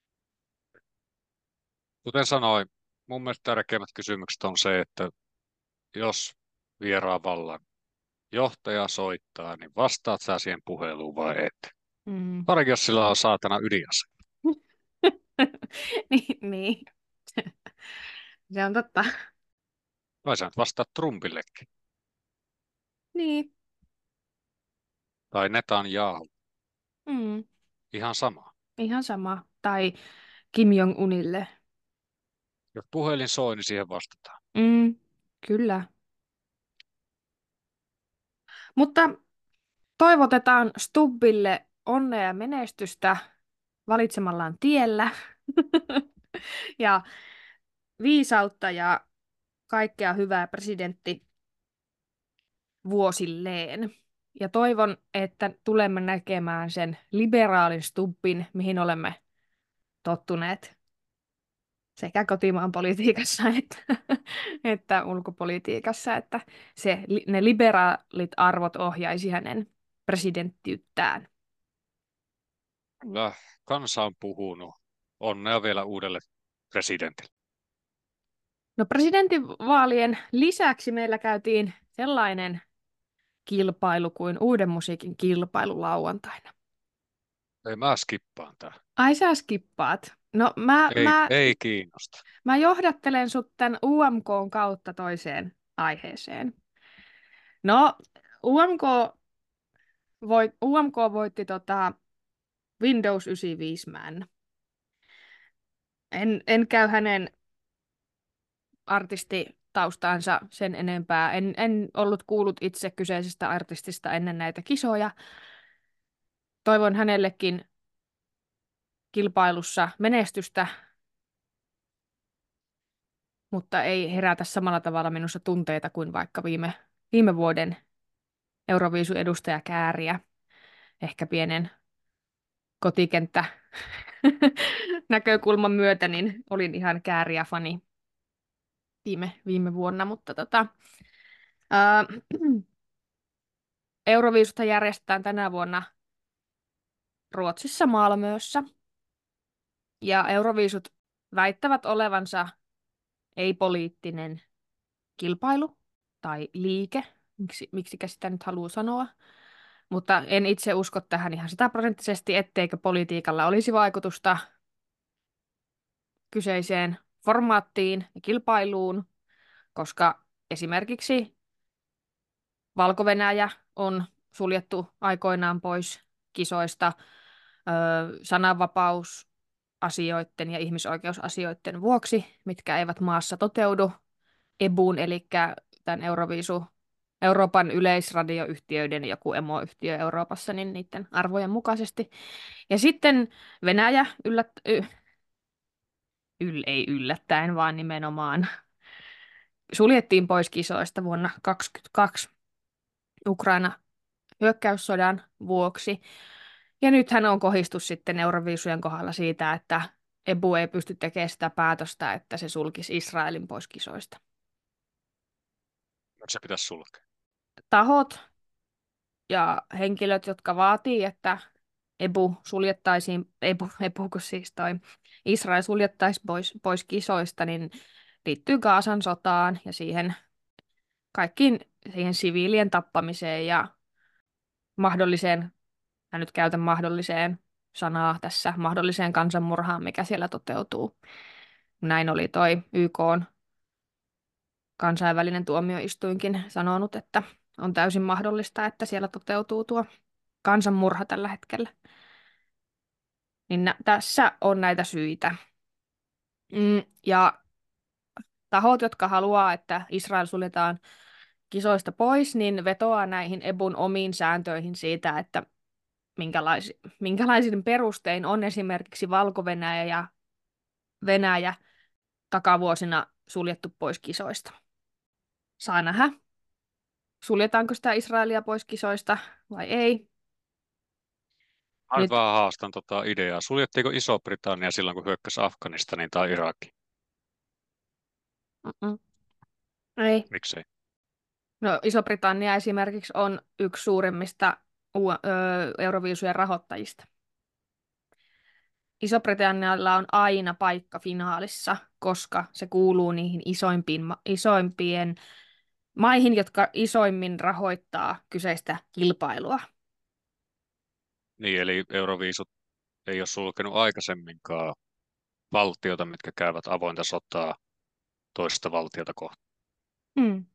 Kuten sanoin, mun mielestä tärkeimmät kysymykset on se, että jos vieraan vallan johtaja soittaa, niin vastaat sä siihen puheluun vai et? Mm. Varsinkin jos sillä on saatana ydinase. Niin, niin. Se on totta. Vai sä nyt vastaat Trumpillekin. Niin. Tai Netanyahu. Mm. Ihan sama. Ihan sama. Tai Kim Jong-unille. Jos puhelin soi, niin siihen vastataan. Mm. Kyllä. Mutta toivotetaan Stubbille onnea ja menestystä valitsemallaan tiellä ja viisautta ja kaikkea hyvää presidentti vuosilleen. Ja toivon, että tulemme näkemään sen liberaalin Stubbin, mihin olemme tottuneet sekä kotimaan politiikassa että, että ulkopolitiikassa, että se, ne liberaalit arvot ohjaisi hänen presidenttiyttään. Kyllä kansa on puhunut. Onnea vielä uudelle presidentille. No presidentinvaalien lisäksi meillä käytiin sellainen kilpailu kuin uuden musiikin kilpailu lauantaina. Ei mä skippaan tää. Ai sä skippaat. No mä, Ei, mä, ei kiinnosta. mä johdattelen sut tän U M K:n kautta toiseen aiheeseen. No, U M K, voit, U M K voitti tota Windows yhdeksänkymmentäviisi-män. En, en käy hänen artistitaustaansa sen enempää. En, en ollut kuullut itse kyseisestä artistista ennen näitä kisoja. Toivon hänellekin kilpailussa menestystä, mutta ei herätä samalla tavalla minussa tunteita kuin vaikka viime, viime vuoden Euroviisun edustaja Kääriä. Ehkä pienen kotikenttä näkökulman myötä, niin olin ihan Kääriä-fani viime, viime vuonna, mutta tota, ää, Euroviisusta järjestetään tänä vuonna Ruotsissa Malmössä, ja Euroviisut väittävät olevansa ei-poliittinen kilpailu tai liike, miksi, miksikä sitä nyt haluaa sanoa, mutta en itse usko tähän ihan sataprosenttisesti, etteikö politiikalla olisi vaikutusta kyseiseen formaattiin ja kilpailuun, koska esimerkiksi Valko-Venäjä on suljettu aikoinaan pois kisoista ö, sananvapausasioiden ja ihmisoikeusasioiden vuoksi, mitkä eivät maassa toteudu E B U:n, eli tämän Euroviisu, Euroopan yleisradioyhtiöiden joku emoyhtiö Euroopassa, niin niiden arvojen mukaisesti. Ja sitten Venäjä yllät, y, yl, ei yllättäen, vaan nimenomaan suljettiin pois kisoista vuonna kaksituhattakaksikymmentäkaksi Ukraina hyökkäyssodan vuoksi. Ja nythän on kohistus sitten Euroviisujen kohdalla siitä, että E B U ei pysty tekemään sitä päätöstä, että se sulkisi Israelin pois kisoista. Se pitäisi sulkea. Tahot ja henkilöt, jotka vaatii, että E B U suljettaisiin, E B U, E B U kun siis toi Israel suljettaisiin pois, pois kisoista, niin liittyy Gaasan sotaan ja siihen kaikkiin siihen siviilien tappamiseen ja mahdolliseen, mä nyt käytän mahdolliseen sanaa tässä, mahdolliseen kansanmurhaan, mikä siellä toteutuu. Näin oli toi Y K:n kansainvälinen tuomioistuinkin sanonut, että on täysin mahdollista, että siellä toteutuu tuo kansanmurha tällä hetkellä. Niin nä- tässä on näitä syitä. Mm, ja tahot, jotka haluaa, että Israel suljetaan kisoista pois, niin vetoaa näihin E B U:n omiin sääntöihin siitä, että minkälais, minkälaisin perustein on esimerkiksi Valko-Venäjä ja Venäjä takavuosina suljettu pois kisoista. Saa nähdä, suljetaanko sitä Israelia pois kisoista vai ei. Mä nyt Nyt, vähän haastan tota ideaa. Suljettiinko Iso-Britannia silloin, kun hyökkäsi Afganistaniin tai Irakiin? Mm-mm. Ei. Miksei? No, Iso-Britannia esimerkiksi on yksi suurimmista U- ö, Euroviisujen rahoittajista. Iso-Britannialla on aina paikka finaalissa, koska se kuuluu niihin isoimpiin, ma- isoimpien maihin, jotka isoimmin rahoittaa kyseistä kilpailua. Niin, eli Euroviisut ei ole sulkenut aikaisemminkaan valtiota, mitkä käyvät avointa sotaa toista valtiota kohtaan. Mm,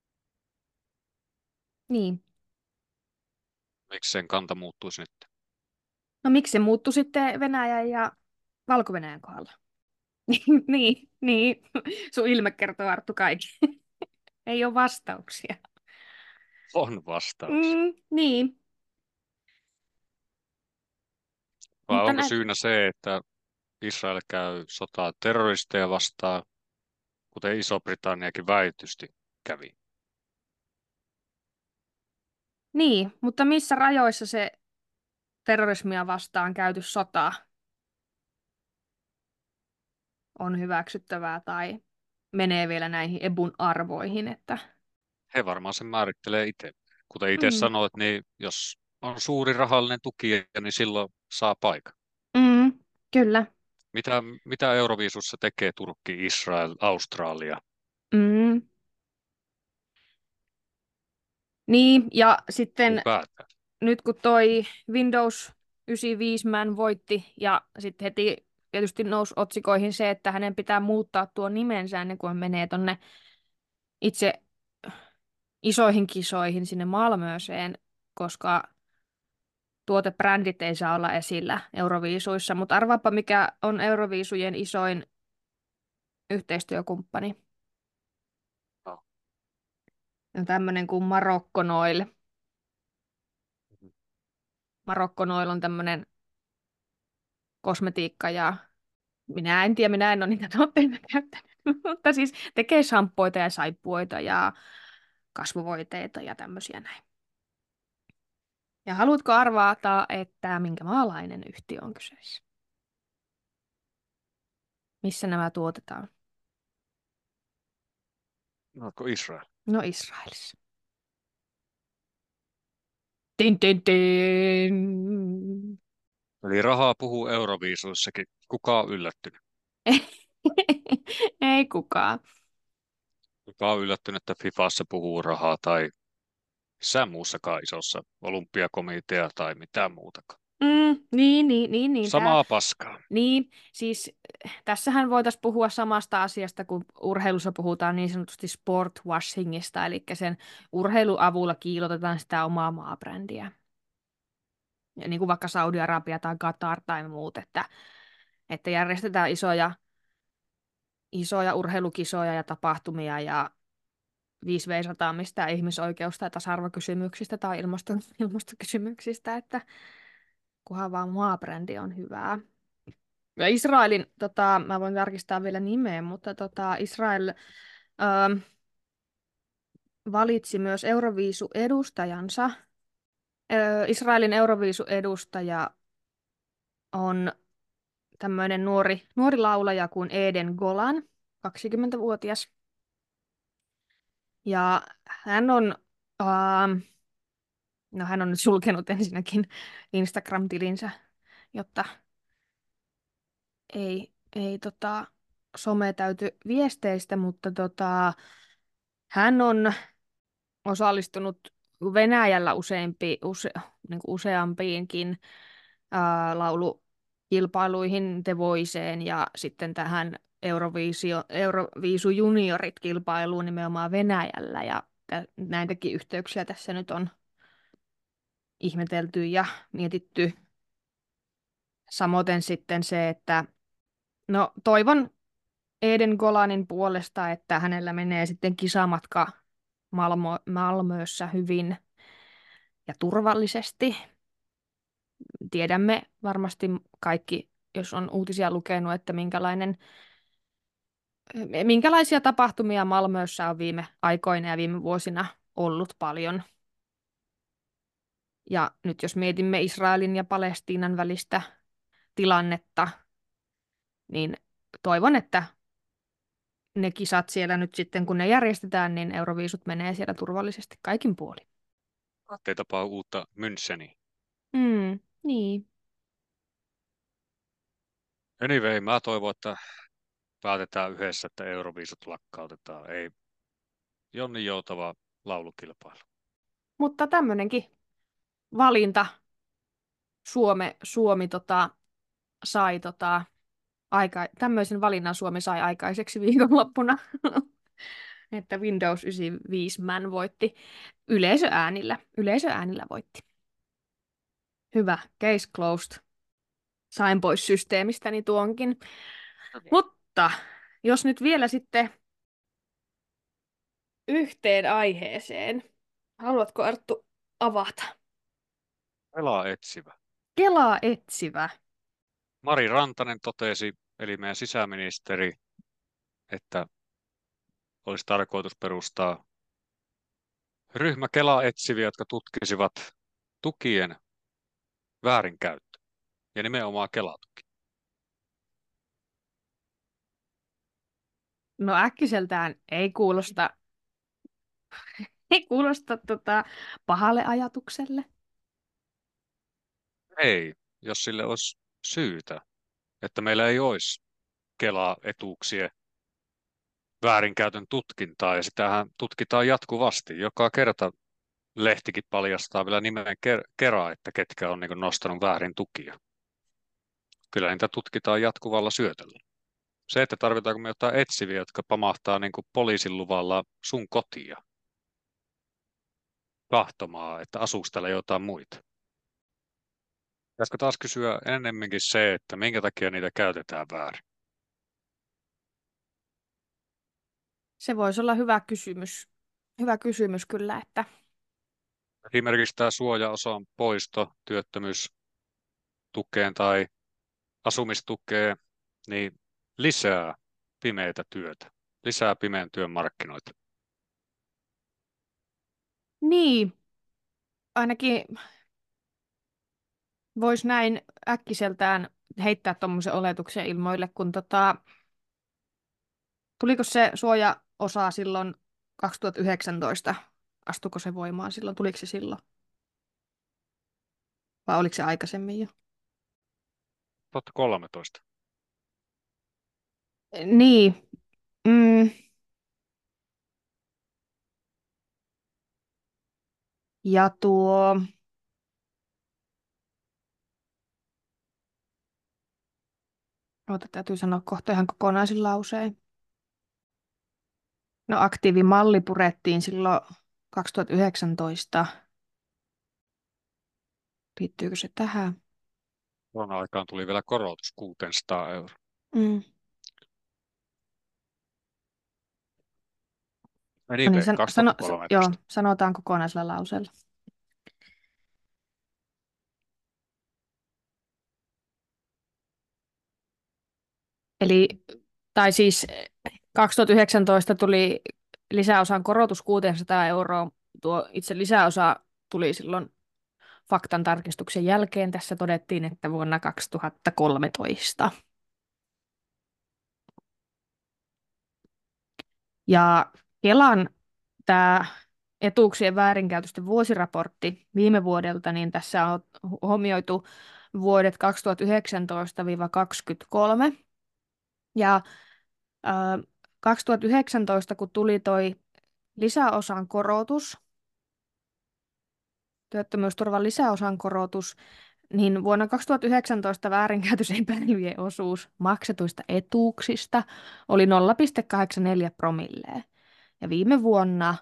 niin. Miksi sen kanta muuttuisi nyt? No miksi se muuttui sitten Venäjän ja Valko-Venäjän kohdalla? Niin, niin. Sun ilme kertoo Arttu kaikki. Ei ole vastauksia. On vastauksia. Mm, niin, Vai mutta onko näitä... syynä se, että Israel käy sotaa terroristeja vastaan, kuten Iso-Britanniakin väitysti kävi? Niin, mutta missä rajoissa se terrorismia vastaan käyty sota on hyväksyttävää tai menee vielä näihin E B U:n arvoihin, että He varmaan sen määrittelee itse. Kuten itse mm, sanoit, niin jos on suuri rahallinen tuki, niin silloin saa paikan. mm, kyllä. Mitä, mitä Euroviisussa tekee Turkki, Israel, Australia? Mm, niin, ja sitten Ylipäätään. nyt kun toi Windows yhdeksänkymmentäviisi Man voitti ja sitten heti tietysti nousi otsikoihin se, että hänen pitää muuttaa tuo nimensä ennen kuin hän menee tonne itse isoihin kisoihin sinne Malmööseen, koska tuotebrändit ei saa olla esillä Euroviisuissa. Mutta arvaappa, mikä on Euroviisujen isoin yhteistyökumppani. No. On tämmöinen kuin Marokko Noil. Marokko Noil on tämmöinen kosmetiikka ja minä en tiedä, minä en ole niitä tuotteita käyttänyt, mutta siis tekee shampoita ja saippuoita ja kasvovoiteita ja tämmöisiä näin. Ja haluatko arvata, että minkä maalainen yhtiö on kyseessä? Missä nämä tuotetaan? No, onko Israel? No Israelissa. Tin, tin, tin. Eli rahaa puhuu Euroviisuissakin. Kuka on yllättynyt? Ei kukaan. Kuka on yllättynyt, että Fifassa puhuu rahaa tai missään muussakaan isossa olympiakomitea tai mitään muutakaan. Mm, niin, niin, niin, niin. Tää, Samaa paskaa. niin, siis eh, tässähän voitaisiin puhua samasta asiasta, kun urheilussa puhutaan niin sanotusti sportwashingista, eli sen urheiluavulla kiilotetaan sitä omaa maabrändiä. Ja niin kuin vaikka Saudi-Arabia tai Katar tai muut, että, että järjestetään isoja, isoja urheilukisoja ja tapahtumia ja viisi veisataan mistään ihmisoikeus- tai tasa-arvokysymyksistä tai ilmasto, ilmastokysymyksistä, että kunhan vaan maabrändi on hyvää. Ja Israelin, tota, mä voin tarkistaa vielä nimeä, mutta tota, Israel ähm, valitsi myös Euroviisu-edustajansa. Ö, Israelin Euroviisu-edustaja on tämmöinen nuori, nuori laulaja kuin Eden Golan, kaksikymmentävuotias. Ja hän on, ähm, no hän on nyt sulkenut ensinnäkin Instagram-tilinsä, jotta ei, ei tota, some täyty viesteistä, mutta tota, hän on osallistunut Venäjällä useampi, use, niin kuin useampiinkin ää, laulukilpailuihin, The Voiceen ja sitten tähän Euroviisio, Euroviisu Juniorit-kilpailuun nimenomaan Venäjällä. Ja tä- näitäkin yhteyksiä tässä nyt on ihmetelty ja mietitty. Samoin sitten se, että no toivon, Eden Golanin puolesta, että hänellä menee sitten kisamatka Malmo, Malmössä hyvin ja turvallisesti. Tiedämme varmasti kaikki, jos on uutisia lukenut, että minkälainen, minkälaisia tapahtumia Malmössä on viime aikoina ja viime vuosina ollut paljon. Ja nyt jos mietimme Israelin ja Palestiinan välistä tilannetta, niin toivon, että ne kisat siellä nyt sitten, kun ne järjestetään, niin Euroviisut menee siellä turvallisesti kaikin puolin. Ettei tapaa uutta Müncheniä. Mm, niin. Anyway, mä toivon, että päätetään yhdessä, että Euroviisut lakkautetaan. Ei Jonni Joutava laulukilpailu. Mutta tämmöinenkin valinta Suome, Suomi tota, sai tota, aika, tämmöisen valinnan Suomi sai aikaiseksi viikonloppuna, että Windows yhdeksänkymmentäviisi Man voitti yleisöäänillä. Yleisöäänillä voitti. Hyvä, case closed. Sain pois systeemistäni tuonkin. Mutta jos nyt vielä sitten yhteen aiheeseen. Haluatko Arttu avata? Pelaa etsivä. Kelaa etsivä. Mari Rantanen totesi, eli meidän sisäministeri, että olisi tarkoitus perustaa ryhmä Kelaa etsiviä, jotka tutkisivat tukien väärinkäyttö ja nimenomaan Kelatuki. No äkkiseltään ei kuulosta, ei kuulosta tota, pahalle ajatukselle. Ei, jos sille olisi syytä, että meillä ei olisi Kela-etuuksien väärinkäytön tutkintaa, ja sitähän tutkitaan jatkuvasti. Joka kerta lehtikin paljastaa vielä nimen ker- kera, että ketkä on niin nostanut väärin tukia. Kyllä niitä tutkitaan jatkuvalla syötöllä. Se, että tarvitaanko me jotain etsiviä, jotka pamahtaa niin kuin poliisin luvalla sun kotia kahtomaan, että asuuko täällä jotain muita. Pitäisikö taas kysyä ennemminkin se, että minkä takia niitä käytetään väärin? Se voisi olla hyvä kysymys. Hyvä kysymys kyllä, että Esimerkiksi tämä suojaosan poisto työttömyystukeen tai asumistukeen, niin lisää pimeitä työtä, lisää pimeän työn markkinoita. niin, ainakin voisi näin äkkiseltään heittää tuommoisen oletuksen ilmoille, kun tota, tuliko se suojaosa silloin kaksituhattayhdeksäntoista? Astuiko se voimaan silloin? Tuliko se silloin? Vai oliko se aikaisemmin jo? kaksituhattakolmetoista. Niin. Mm. Ja tuo, oota, täytyy sanoa kohta ihan kokonaisin lauseen. No aktiivimalli purettiin silloin kaksituhattayhdeksäntoista. Liittyykö se tähän? Tuona aikaan tuli vielä korotus kuusisataa euroa. Mm. No niin, Anyway, san, sano, sa- joo, kaksituhattakolmetoista. sanotaan kokonaisella lauseella. Eli, tai siis kaksituhattayhdeksäntoista tuli lisäosan korotus kuusisataa euroa. Tuo itse lisäosa tuli silloin faktan tarkistuksen jälkeen. Tässä todettiin, että vuonna kaksituhattakolmetoista. Ja Kelan tämä etuuksien väärinkäytösten vuosiraportti viime vuodelta, niin tässä on huomioitu vuodet kaksituhattayhdeksäntoista–kaksikymmentäkolme. Ja ää, kaksituhattayhdeksäntoista, kun tuli toi lisäosan korotus, työttömyysturvan lisäosan korotus, niin vuonna kaksituhattayhdeksäntoista väärinkäytösepäilyjen osuus maksetuista etuuksista oli nolla pilkku kahdeksankymmentäneljä promillea. Ja viime vuonna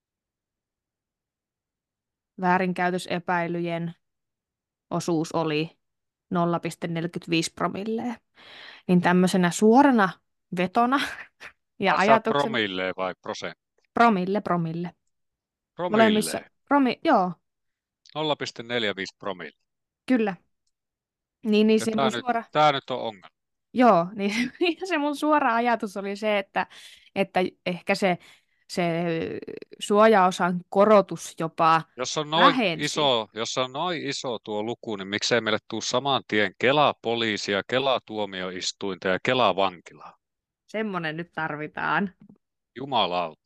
väärinkäytösepäilyjen osuus oli nolla pilkku neljäkymmentäviisi promillea. Niin tämmöisenä suorana vetona ja Ai sä ajatuksena. promille vai prosentti? Promille, promille. Molemmissa. Promille. Promi, joo, nolla pilkku neljäkymmentäviisi promille. kyllä. Niin, niin Ja se mun tää nyt, suora, tää nyt on ongelma. joo, niin se mun suora ajatus oli se, että, että ehkä se, se suojaosan korotus jopa Jos on noin vähensi. iso, jos on noin iso tuo luku, niin miksei meille tuu saman tien Kela-poliisia, Kela-tuomioistuinta ja Kela-vankilaa? Semmonen nyt tarvitaan. Jumalauta.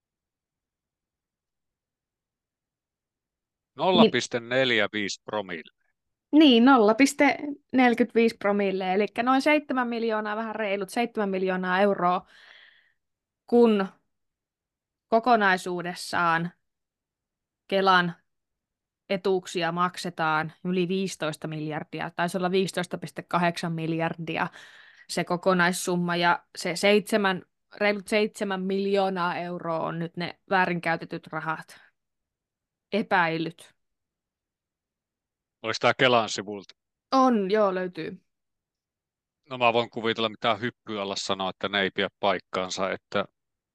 Niin, nolla pilkku neljäkymmentäviisi promille. niin nolla pilkku neljäkymmentäviisi promille, eli noin seitsemän miljoonaa, vähän reilut seitsemän miljoonaa euroa, kun kokonaisuudessaan Kelan etuuksia maksetaan yli viisitoista miljardia, taisi olla viisitoista pilkku kahdeksan miljardia se kokonaissumma, ja se seitsemän, reilut seitsemän miljoonaa euroa on nyt ne väärinkäytetyt rahat, epäilyt. Oliko tämä Kelan sivulta? On, joo, löytyy. No mä voin kuvitella, mitä hyppy alla sanoa, että ne ei pidä paikkaansa, että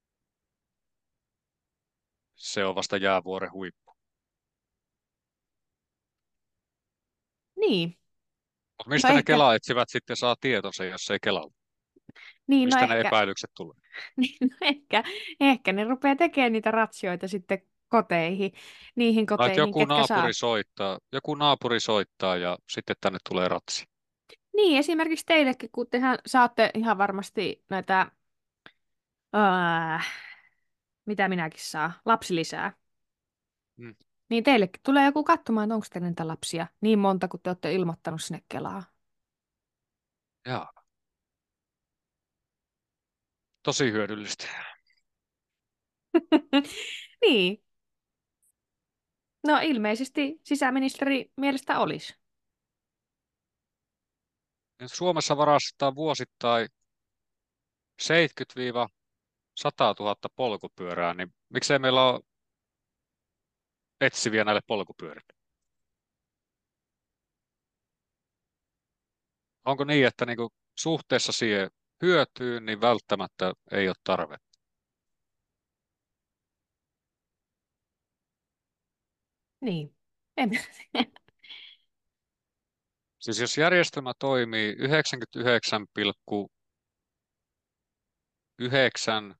se on vasta jäävuoren huippu. Niin, Mutta no mistä ne ehkä, Kela etsivät sitten saa tietonsa, jos ei Kelalla? niin, no Mistä ne ehkä, epäilykset tulee? niin, no ehkä, ehkä ne rupeaa tekemään niitä ratsioita sitten koteihin, niihin Tai että koteihin, joku ketkä naapuri saa. soittaa, joku naapuri soittaa ja sitten tänne tulee ratsi. Niin, esimerkiksi teillekin, kun tehän saatte ihan varmasti näitä, ää, mitä minäkin saa, lapsilisää. Mm. Niin teillekin tulee joku katsomaan, että onko teillä niitä lapsia niin monta, kun te olette ilmoittanut sinne Kelaan. Jaa, tosi hyödyllistä. Niin, no ilmeisesti sisäministeri mielestä olisi. Nyt Suomessa varastetaan vuosittain seitsemänkymmentä tuhatta polkupyörää, niin miksei meillä ole etsiviä näille polkupyörille? Onko niin, että niinku suhteessa siihen hyötyyn, niin välttämättä ei ole tarve? Niin. En. Siis jos järjestelmä toimii yhdeksänkymmentäyhdeksän pilkku yhdeksänkymmentäkahdeksan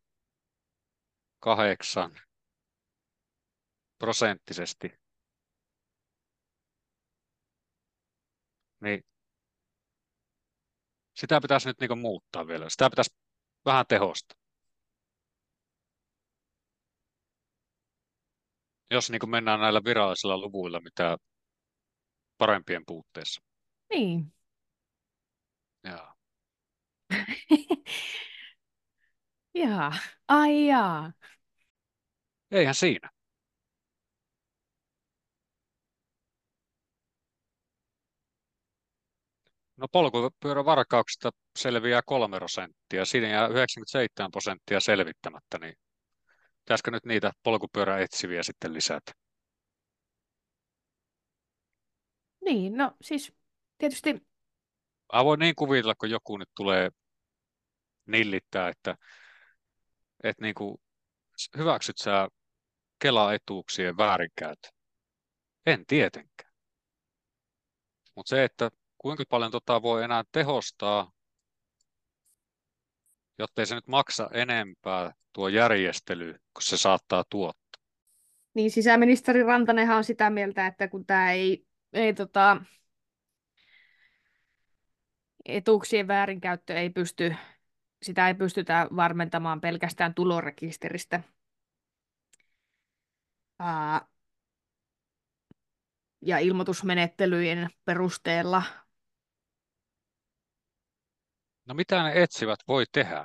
prosenttisesti, niin sitä pitäisi nyt niinku muuttaa vielä. Sitä pitäisi vähän tehostaa, jos niinku mennään näillä virallisilla luvuilla, mitä parempien puutteessa. Niin. Jaa. Jaa. Ai jaa. Eihän siinä. No polkupyörävarkauksista selviää kolme prosenttia, siinä jää yhdeksänkymmentäseitsemän prosenttia selvittämättä, niin pitäisikö nyt niitä polkupyöräetsiviä sitten lisätä? Niin, no siis tietysti, Mä voin niin kuvitella, kun joku nyt tulee nillittää, että, että niin kuin, hyväksyt sä Kela-etuuksien väärinkäytön? En tietenkään. Mutta se, että kuinka paljon tota voi enää tehostaa, jottei se nyt maksa enempää tuo järjestely, kun se saattaa tuottaa. niin sisäministeri Rantanenhan on sitä mieltä, että kun tämä ei, ei tota, etuuksien väärinkäyttö ei pysty, sitä ei pystytä varmentamaan pelkästään tulorekisteristä. Ää, ja ilmoitusmenettelyjen perusteella. No mitä ne etsivät voi tehdä?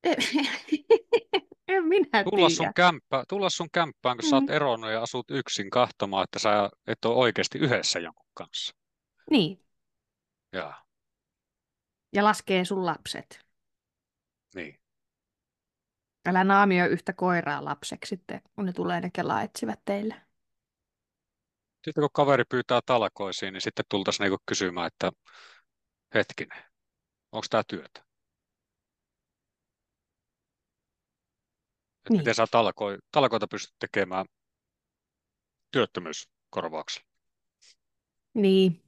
En minä Tulla sun, tiedä. kämppä, tulla sun kämppään, kun sä oot Mm. eronnut ja asut yksin kahtomaan, että sä et ole oikeasti yhdessä jonkun kanssa. Niin, Jaa, ja laskee sun lapset. niin. Älä naamioi yhtä koiraa lapseksi sitten, kun ne tulee ne Kelaa etsivät teille. Sitten kun kaveri pyytää talkoisiin, niin sitten tultaisiin niinku kysymään, että hetkinen, onko tämä työtä? Että Niin, miten sä talkoi, talkoita pystyt tekemään työttömyyskorvauksella. niin,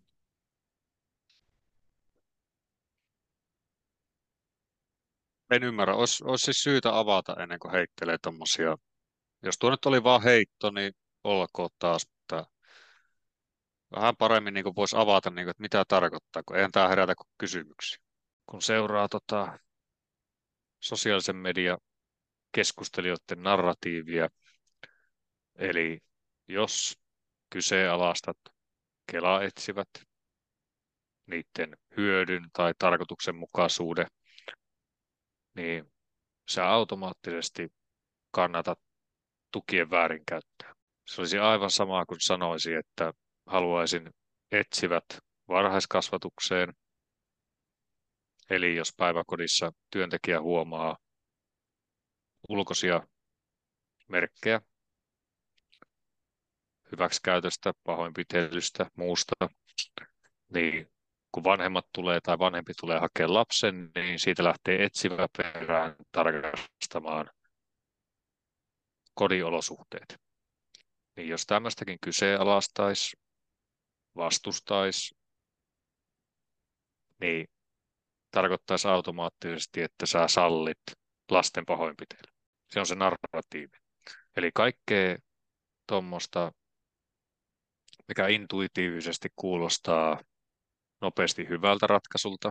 En ymmärrä, olisi, olisi siis syytä avata ennen kuin heittelee tommosia. Jos tuo nyt oli vaan heitto, niin olkoon taas, mutta vähän paremmin niin voisi avata, niin kuin, että mitä tarkoittaa, kun eihän tämä herätä kuin kysymyksiä. Kun seuraa tota, sosiaalisen median keskustelijoiden narratiivia, eli jos kyseenalaistat Kela etsivät, niiden hyödyn tai tarkoituksenmukaisuuden, niin sä automaattisesti kannatat tukien väärinkäyttöä. Se olisi aivan sama kuin sanoisi, että haluaisin etsivät varhaiskasvatukseen, eli jos päiväkodissa työntekijä huomaa ulkoisia merkkejä hyväksikäytöstä, pahoinpitelystä, muusta, niin kun vanhemmat tulee tai vanhempi tulee hakemaan lapsen, niin siitä lähtee etsivä perään tarkastamaan kodiolosuhteet. Niin jos tämmöistäkin kyseenalaistaisi, vastustaisi, niin tarkoittaisi automaattisesti, että sä sallit lasten pahoinpitely. Se on se narratiivi. Eli kaikkea tuommoista, mikä intuitiivisesti kuulostaa nopeasti hyvältä ratkaisulta,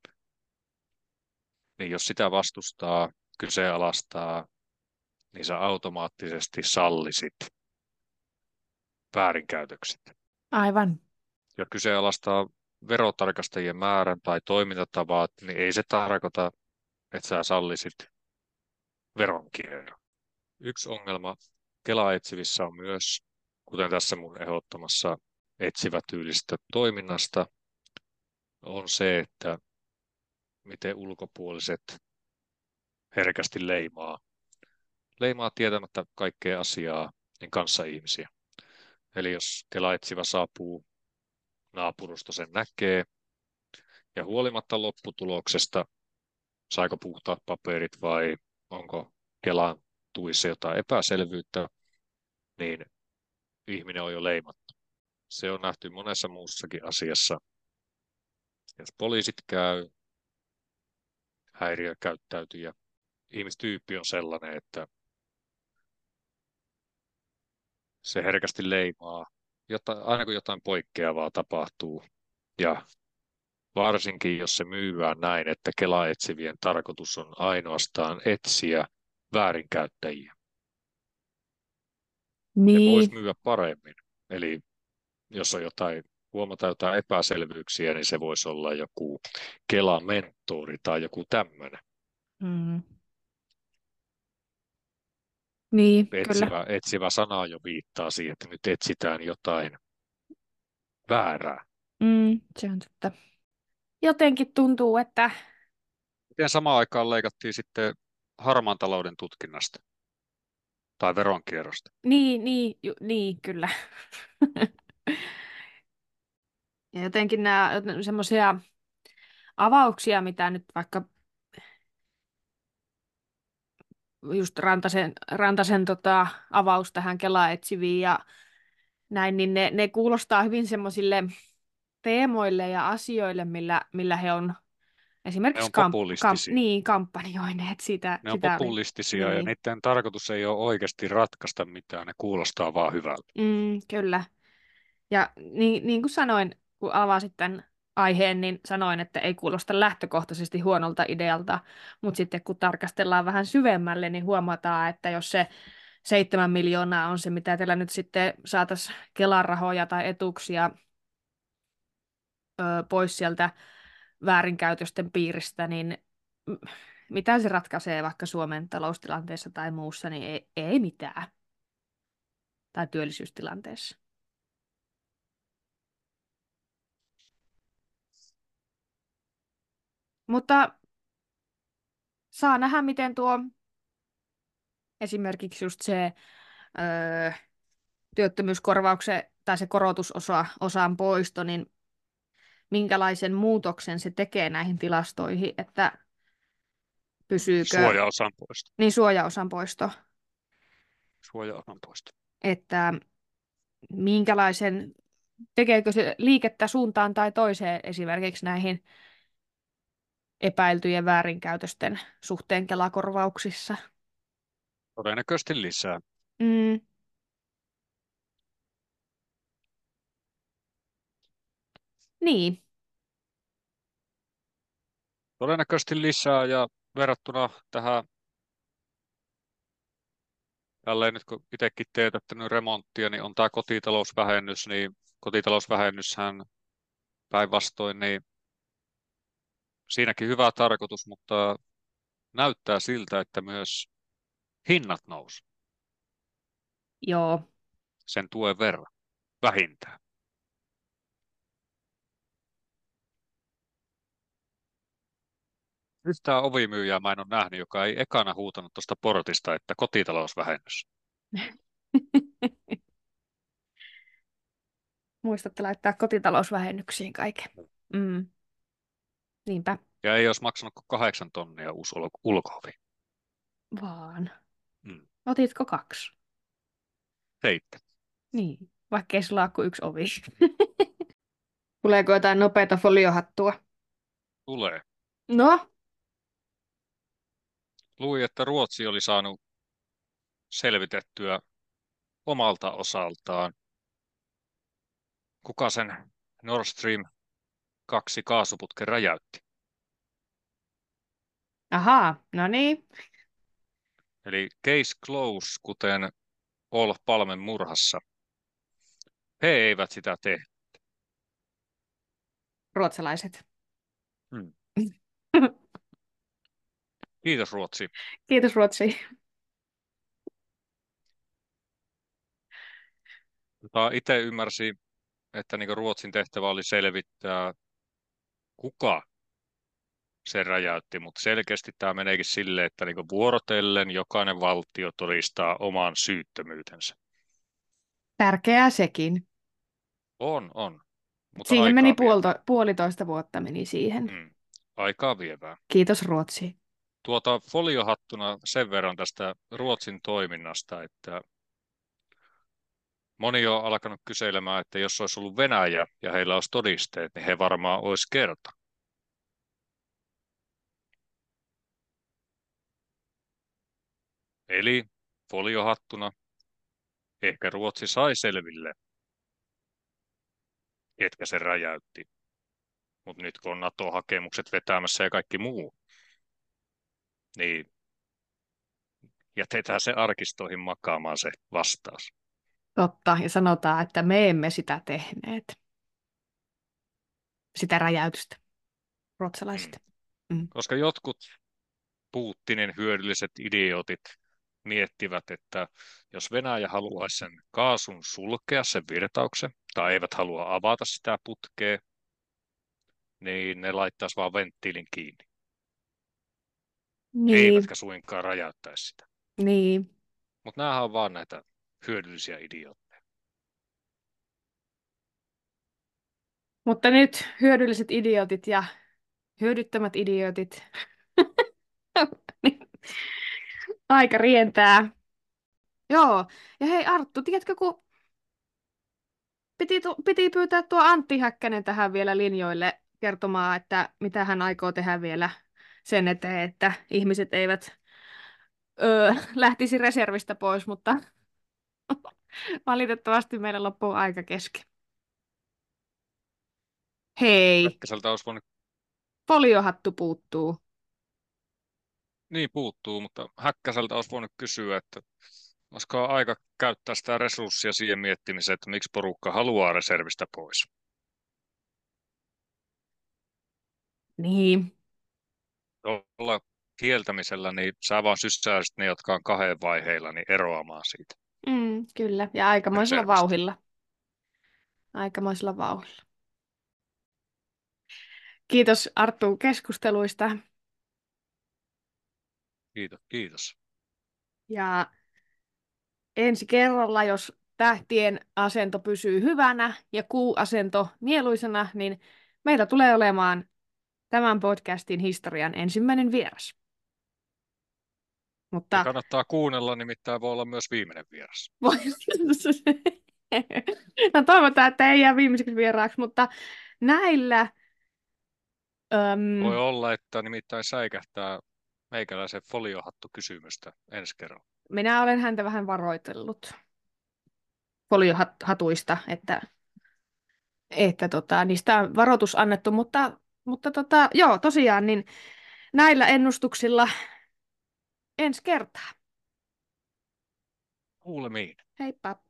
niin jos sitä vastustaa, kyseenalaistaa, niin sä automaattisesti sallisit väärinkäytökset. aivan. Ja kyseenalaistaa verotarkastajien määrän tai toimintatavat, niin ei se tarkoita, että sä sallisit veronkierron. Yksi ongelma Kela-etsivissä on myös, kuten tässä mun ehdottomassa etsivätyylistä toiminnasta, on se, että miten ulkopuoliset herkästi leimaa. Leimaa tietämättä kaikkea asiaa, niin kanssa ihmisiä. Eli jos Kela-etsivä saapuu naapurusta, sen näkee, ja huolimatta lopputuloksesta, saiko puhtaat paperit vai onko Kelan tuissa jotain epäselvyyttä, niin ihminen on jo leimattu. Se on nähty monessa muussakin asiassa. Jos poliisit käy, häiriökäyttäytyjä, ihmistyyppi on sellainen, että se herkästi leimaa, jotain, aina kun jotain poikkeavaa tapahtuu. Ja varsinkin, jos se myyvään näin, että Kela-etsivien tarkoitus on ainoastaan etsiä väärinkäyttäjiä. Ne vois Niin, myyä paremmin. Eli jos on jotain, huomataan jotain epäselvyyksiä, niin se voisi olla joku Kela-mentori tai joku tämmöinen. mm. Niin, kyllä. Etsivä, etsivä sana jo viittaa siihen, että nyt etsitään jotain väärää. Mm, se on totta. Jotenkin tuntuu, että Miten samaan aikaan leikattiin sitten harmaan talouden tutkinnasta tai veronkierrosta? niin, niin, ju, niin, kyllä. Ja jotenkin nämä semmoisia avauksia, mitä nyt vaikka just Rantasen, Rantasen tota, avaus tähän Kela-etsiviin ja näin, niin ne, ne kuulostaa hyvin semmoisille teemoille ja asioille, millä, millä he on Ne esimerkiksi on kamp, kamp, populistisia. niin, kampanjoineet sitä, Ne on sitä oli. populistisia ja Niin, niiden tarkoitus ei ole oikeasti ratkaista mitään, ne kuulostaa vaan hyvältä. mm, kyllä. Ja niin, niin kuin sanoin, kun avasit tämän aiheen, niin sanoin, että ei kuulosta lähtökohtaisesti huonolta idealta, mutta sitten kun tarkastellaan vähän syvemmälle, niin huomataan, että jos se seitsemän miljoonaa on se, mitä teillä nyt sitten saataisiin Kelan rahoja tai etuuksia ö, pois sieltä väärinkäytösten piiristä, niin mm, mitä se ratkaisee vaikka Suomen taloustilanteessa tai muussa, niin ei, ei mitään. Tai työllisyystilanteessa. Mutta saa nähdä, miten tuo esimerkiksi just se öö, työttömyyskorvauksen tai se korotusosa, osan poisto, niin minkälaisen muutoksen se tekee näihin tilastoihin, että pysyykö Suojaosan poisto. niin suojaosan poisto. Suoja-osan poisto. että minkälaisen, tekeekö se liikettä suuntaan tai toiseen esimerkiksi näihin epäiltyjen väärinkäytösten suhteen Kela-korvauksissa. Todennäköisesti lisää. Mm, niin, Todennäköisesti lisää ja verrattuna tähän, tälleen nyt kun itsekin teetättänyt remonttia, niin on tämä kotitalousvähennys, niin kotitalousvähennyshän päinvastoin, niin siinäkin hyvä tarkoitus, mutta näyttää siltä, että myös hinnat nousi joo. sen tuen verran, vähintään. Yhtään ovimyyjää mä en ole nähnyt, joka ei ekana huutanut tuosta portista, että kotitalousvähennys. Muistatte laittaa kotitalousvähennyksiin kaiken. Mm, niinpä, Ja ei olisi maksanut kuin kahdeksan tonnia uusi ulko- ulko-ovi. vaan. Mm. Otitko kaksi? Teitte. Niin, vaikka ei sulla ole kuin yksi ovi. Tuleeko jotain nopeata foliohattua? Tulee. No, Luin, että Ruotsi oli saanut selvitettyä omalta osaltaan, kuka sen Nord Stream kaksi kaasuputken räjäytti. ahaa, no niin. Eli case close, kuten Olof Palmen murhassa. He eivät sitä tee. Ruotsalaiset. Hmm. Kiitos Ruotsi. Kiitos Ruotsi. Itse ymmärsin, että niin Ruotsin tehtävä oli selvittää, kuka sen räjäytti, mutta selkeästi tämä meneekin silleen, että niin vuorotellen jokainen valtio todistaa oman syyttömyytensä. Tärkeää sekin. On, on, mutta Siihen meni aikaa puolto, vievää. puolitoista vuotta meni siihen. Mm, aikaa vievää. Kiitos Ruotsi. Tuota foliohattuna sen verran tästä Ruotsin toiminnasta, että moni on alkanut kyselemään, että jos olisi ollut Venäjä ja heillä olisi todisteet, niin he varmaan olisi kerta. Eli foliohattuna ehkä Ruotsi sai selville, ketkä sen räjäytti. Mutta nyt kun on NATO-hakemukset vetämässä ja kaikki muu, niin jätetään se arkistoihin makaamaan se vastaus. Totta, ja sanotaan, että me emme sitä tehneet. Sitä räjäytystä. Mm. Ruotsalaiset. Mm. Koska jotkut Putinin hyödylliset idiotit miettivät, että jos Venäjä haluaisi sen kaasun sulkea sen virtauksen, tai eivät halua avata sitä putkea, niin ne laittaisi vaan venttiilin kiinni. Niin, Eivätkä suinkaan räjäyttäisi sitä. niin. Mutta nämähän on vaan näitä hyödyllisiä idiootteja. Mutta nyt hyödylliset idiotit ja hyödyttömät idiotit. Aika rientää. Joo. Ja hei Arttu, tiedätkö, kun piti, tu- piti pyytää tuo Antti Häkkänen tähän vielä linjoille kertomaan, että mitä hän aikoo tehdä vielä sen eteen, että ihmiset eivät öö, lähtisi reservistä pois, mutta valitettavasti meillä loppuu aika kesken. Hei, Häkkäseltä olisi voinut, foliohattu puuttuu. niin puuttuu, mutta Häkkäseltä olisi voinut kysyä, että olisiko aika käyttää sitä resurssia siihen miettimiseen, että miksi porukka haluaa reservistä pois. Niin, Tuolla kieltämisellä, niin sä vaan syssäisit ne, jotka on kahden vaiheilla, niin eroamaan siitä mm, kyllä. Ja aikamoisella reservistä. vauhilla. Aikamoisella vauhilla. Kiitos Arttu keskusteluista. Kiitos, kiitos. Ja ensi kerralla, jos tähtien asento pysyy hyvänä ja kuuasento mieluisena, niin meillä tulee olemaan tämän podcastin historian ensimmäinen vieras. Ja Mutta kannattaa kuunnella, nimittäin voi olla myös viimeinen vieras. voi... No toivotaan, että ei jää viimeiseksi vieraaksi, mutta näillä... Voi Öm, olla, että nimittäin säikähtää meikäläisen foliohattu kysymystä ensi kerralla. minä olen häntä vähän varoitellut foliohatuista, että, että tota, niistä on varoitus annettu, mutta, mutta tota, joo, tosiaan, niin näillä ennustuksilla ensi kertaa. Kuulemiin. Heippa!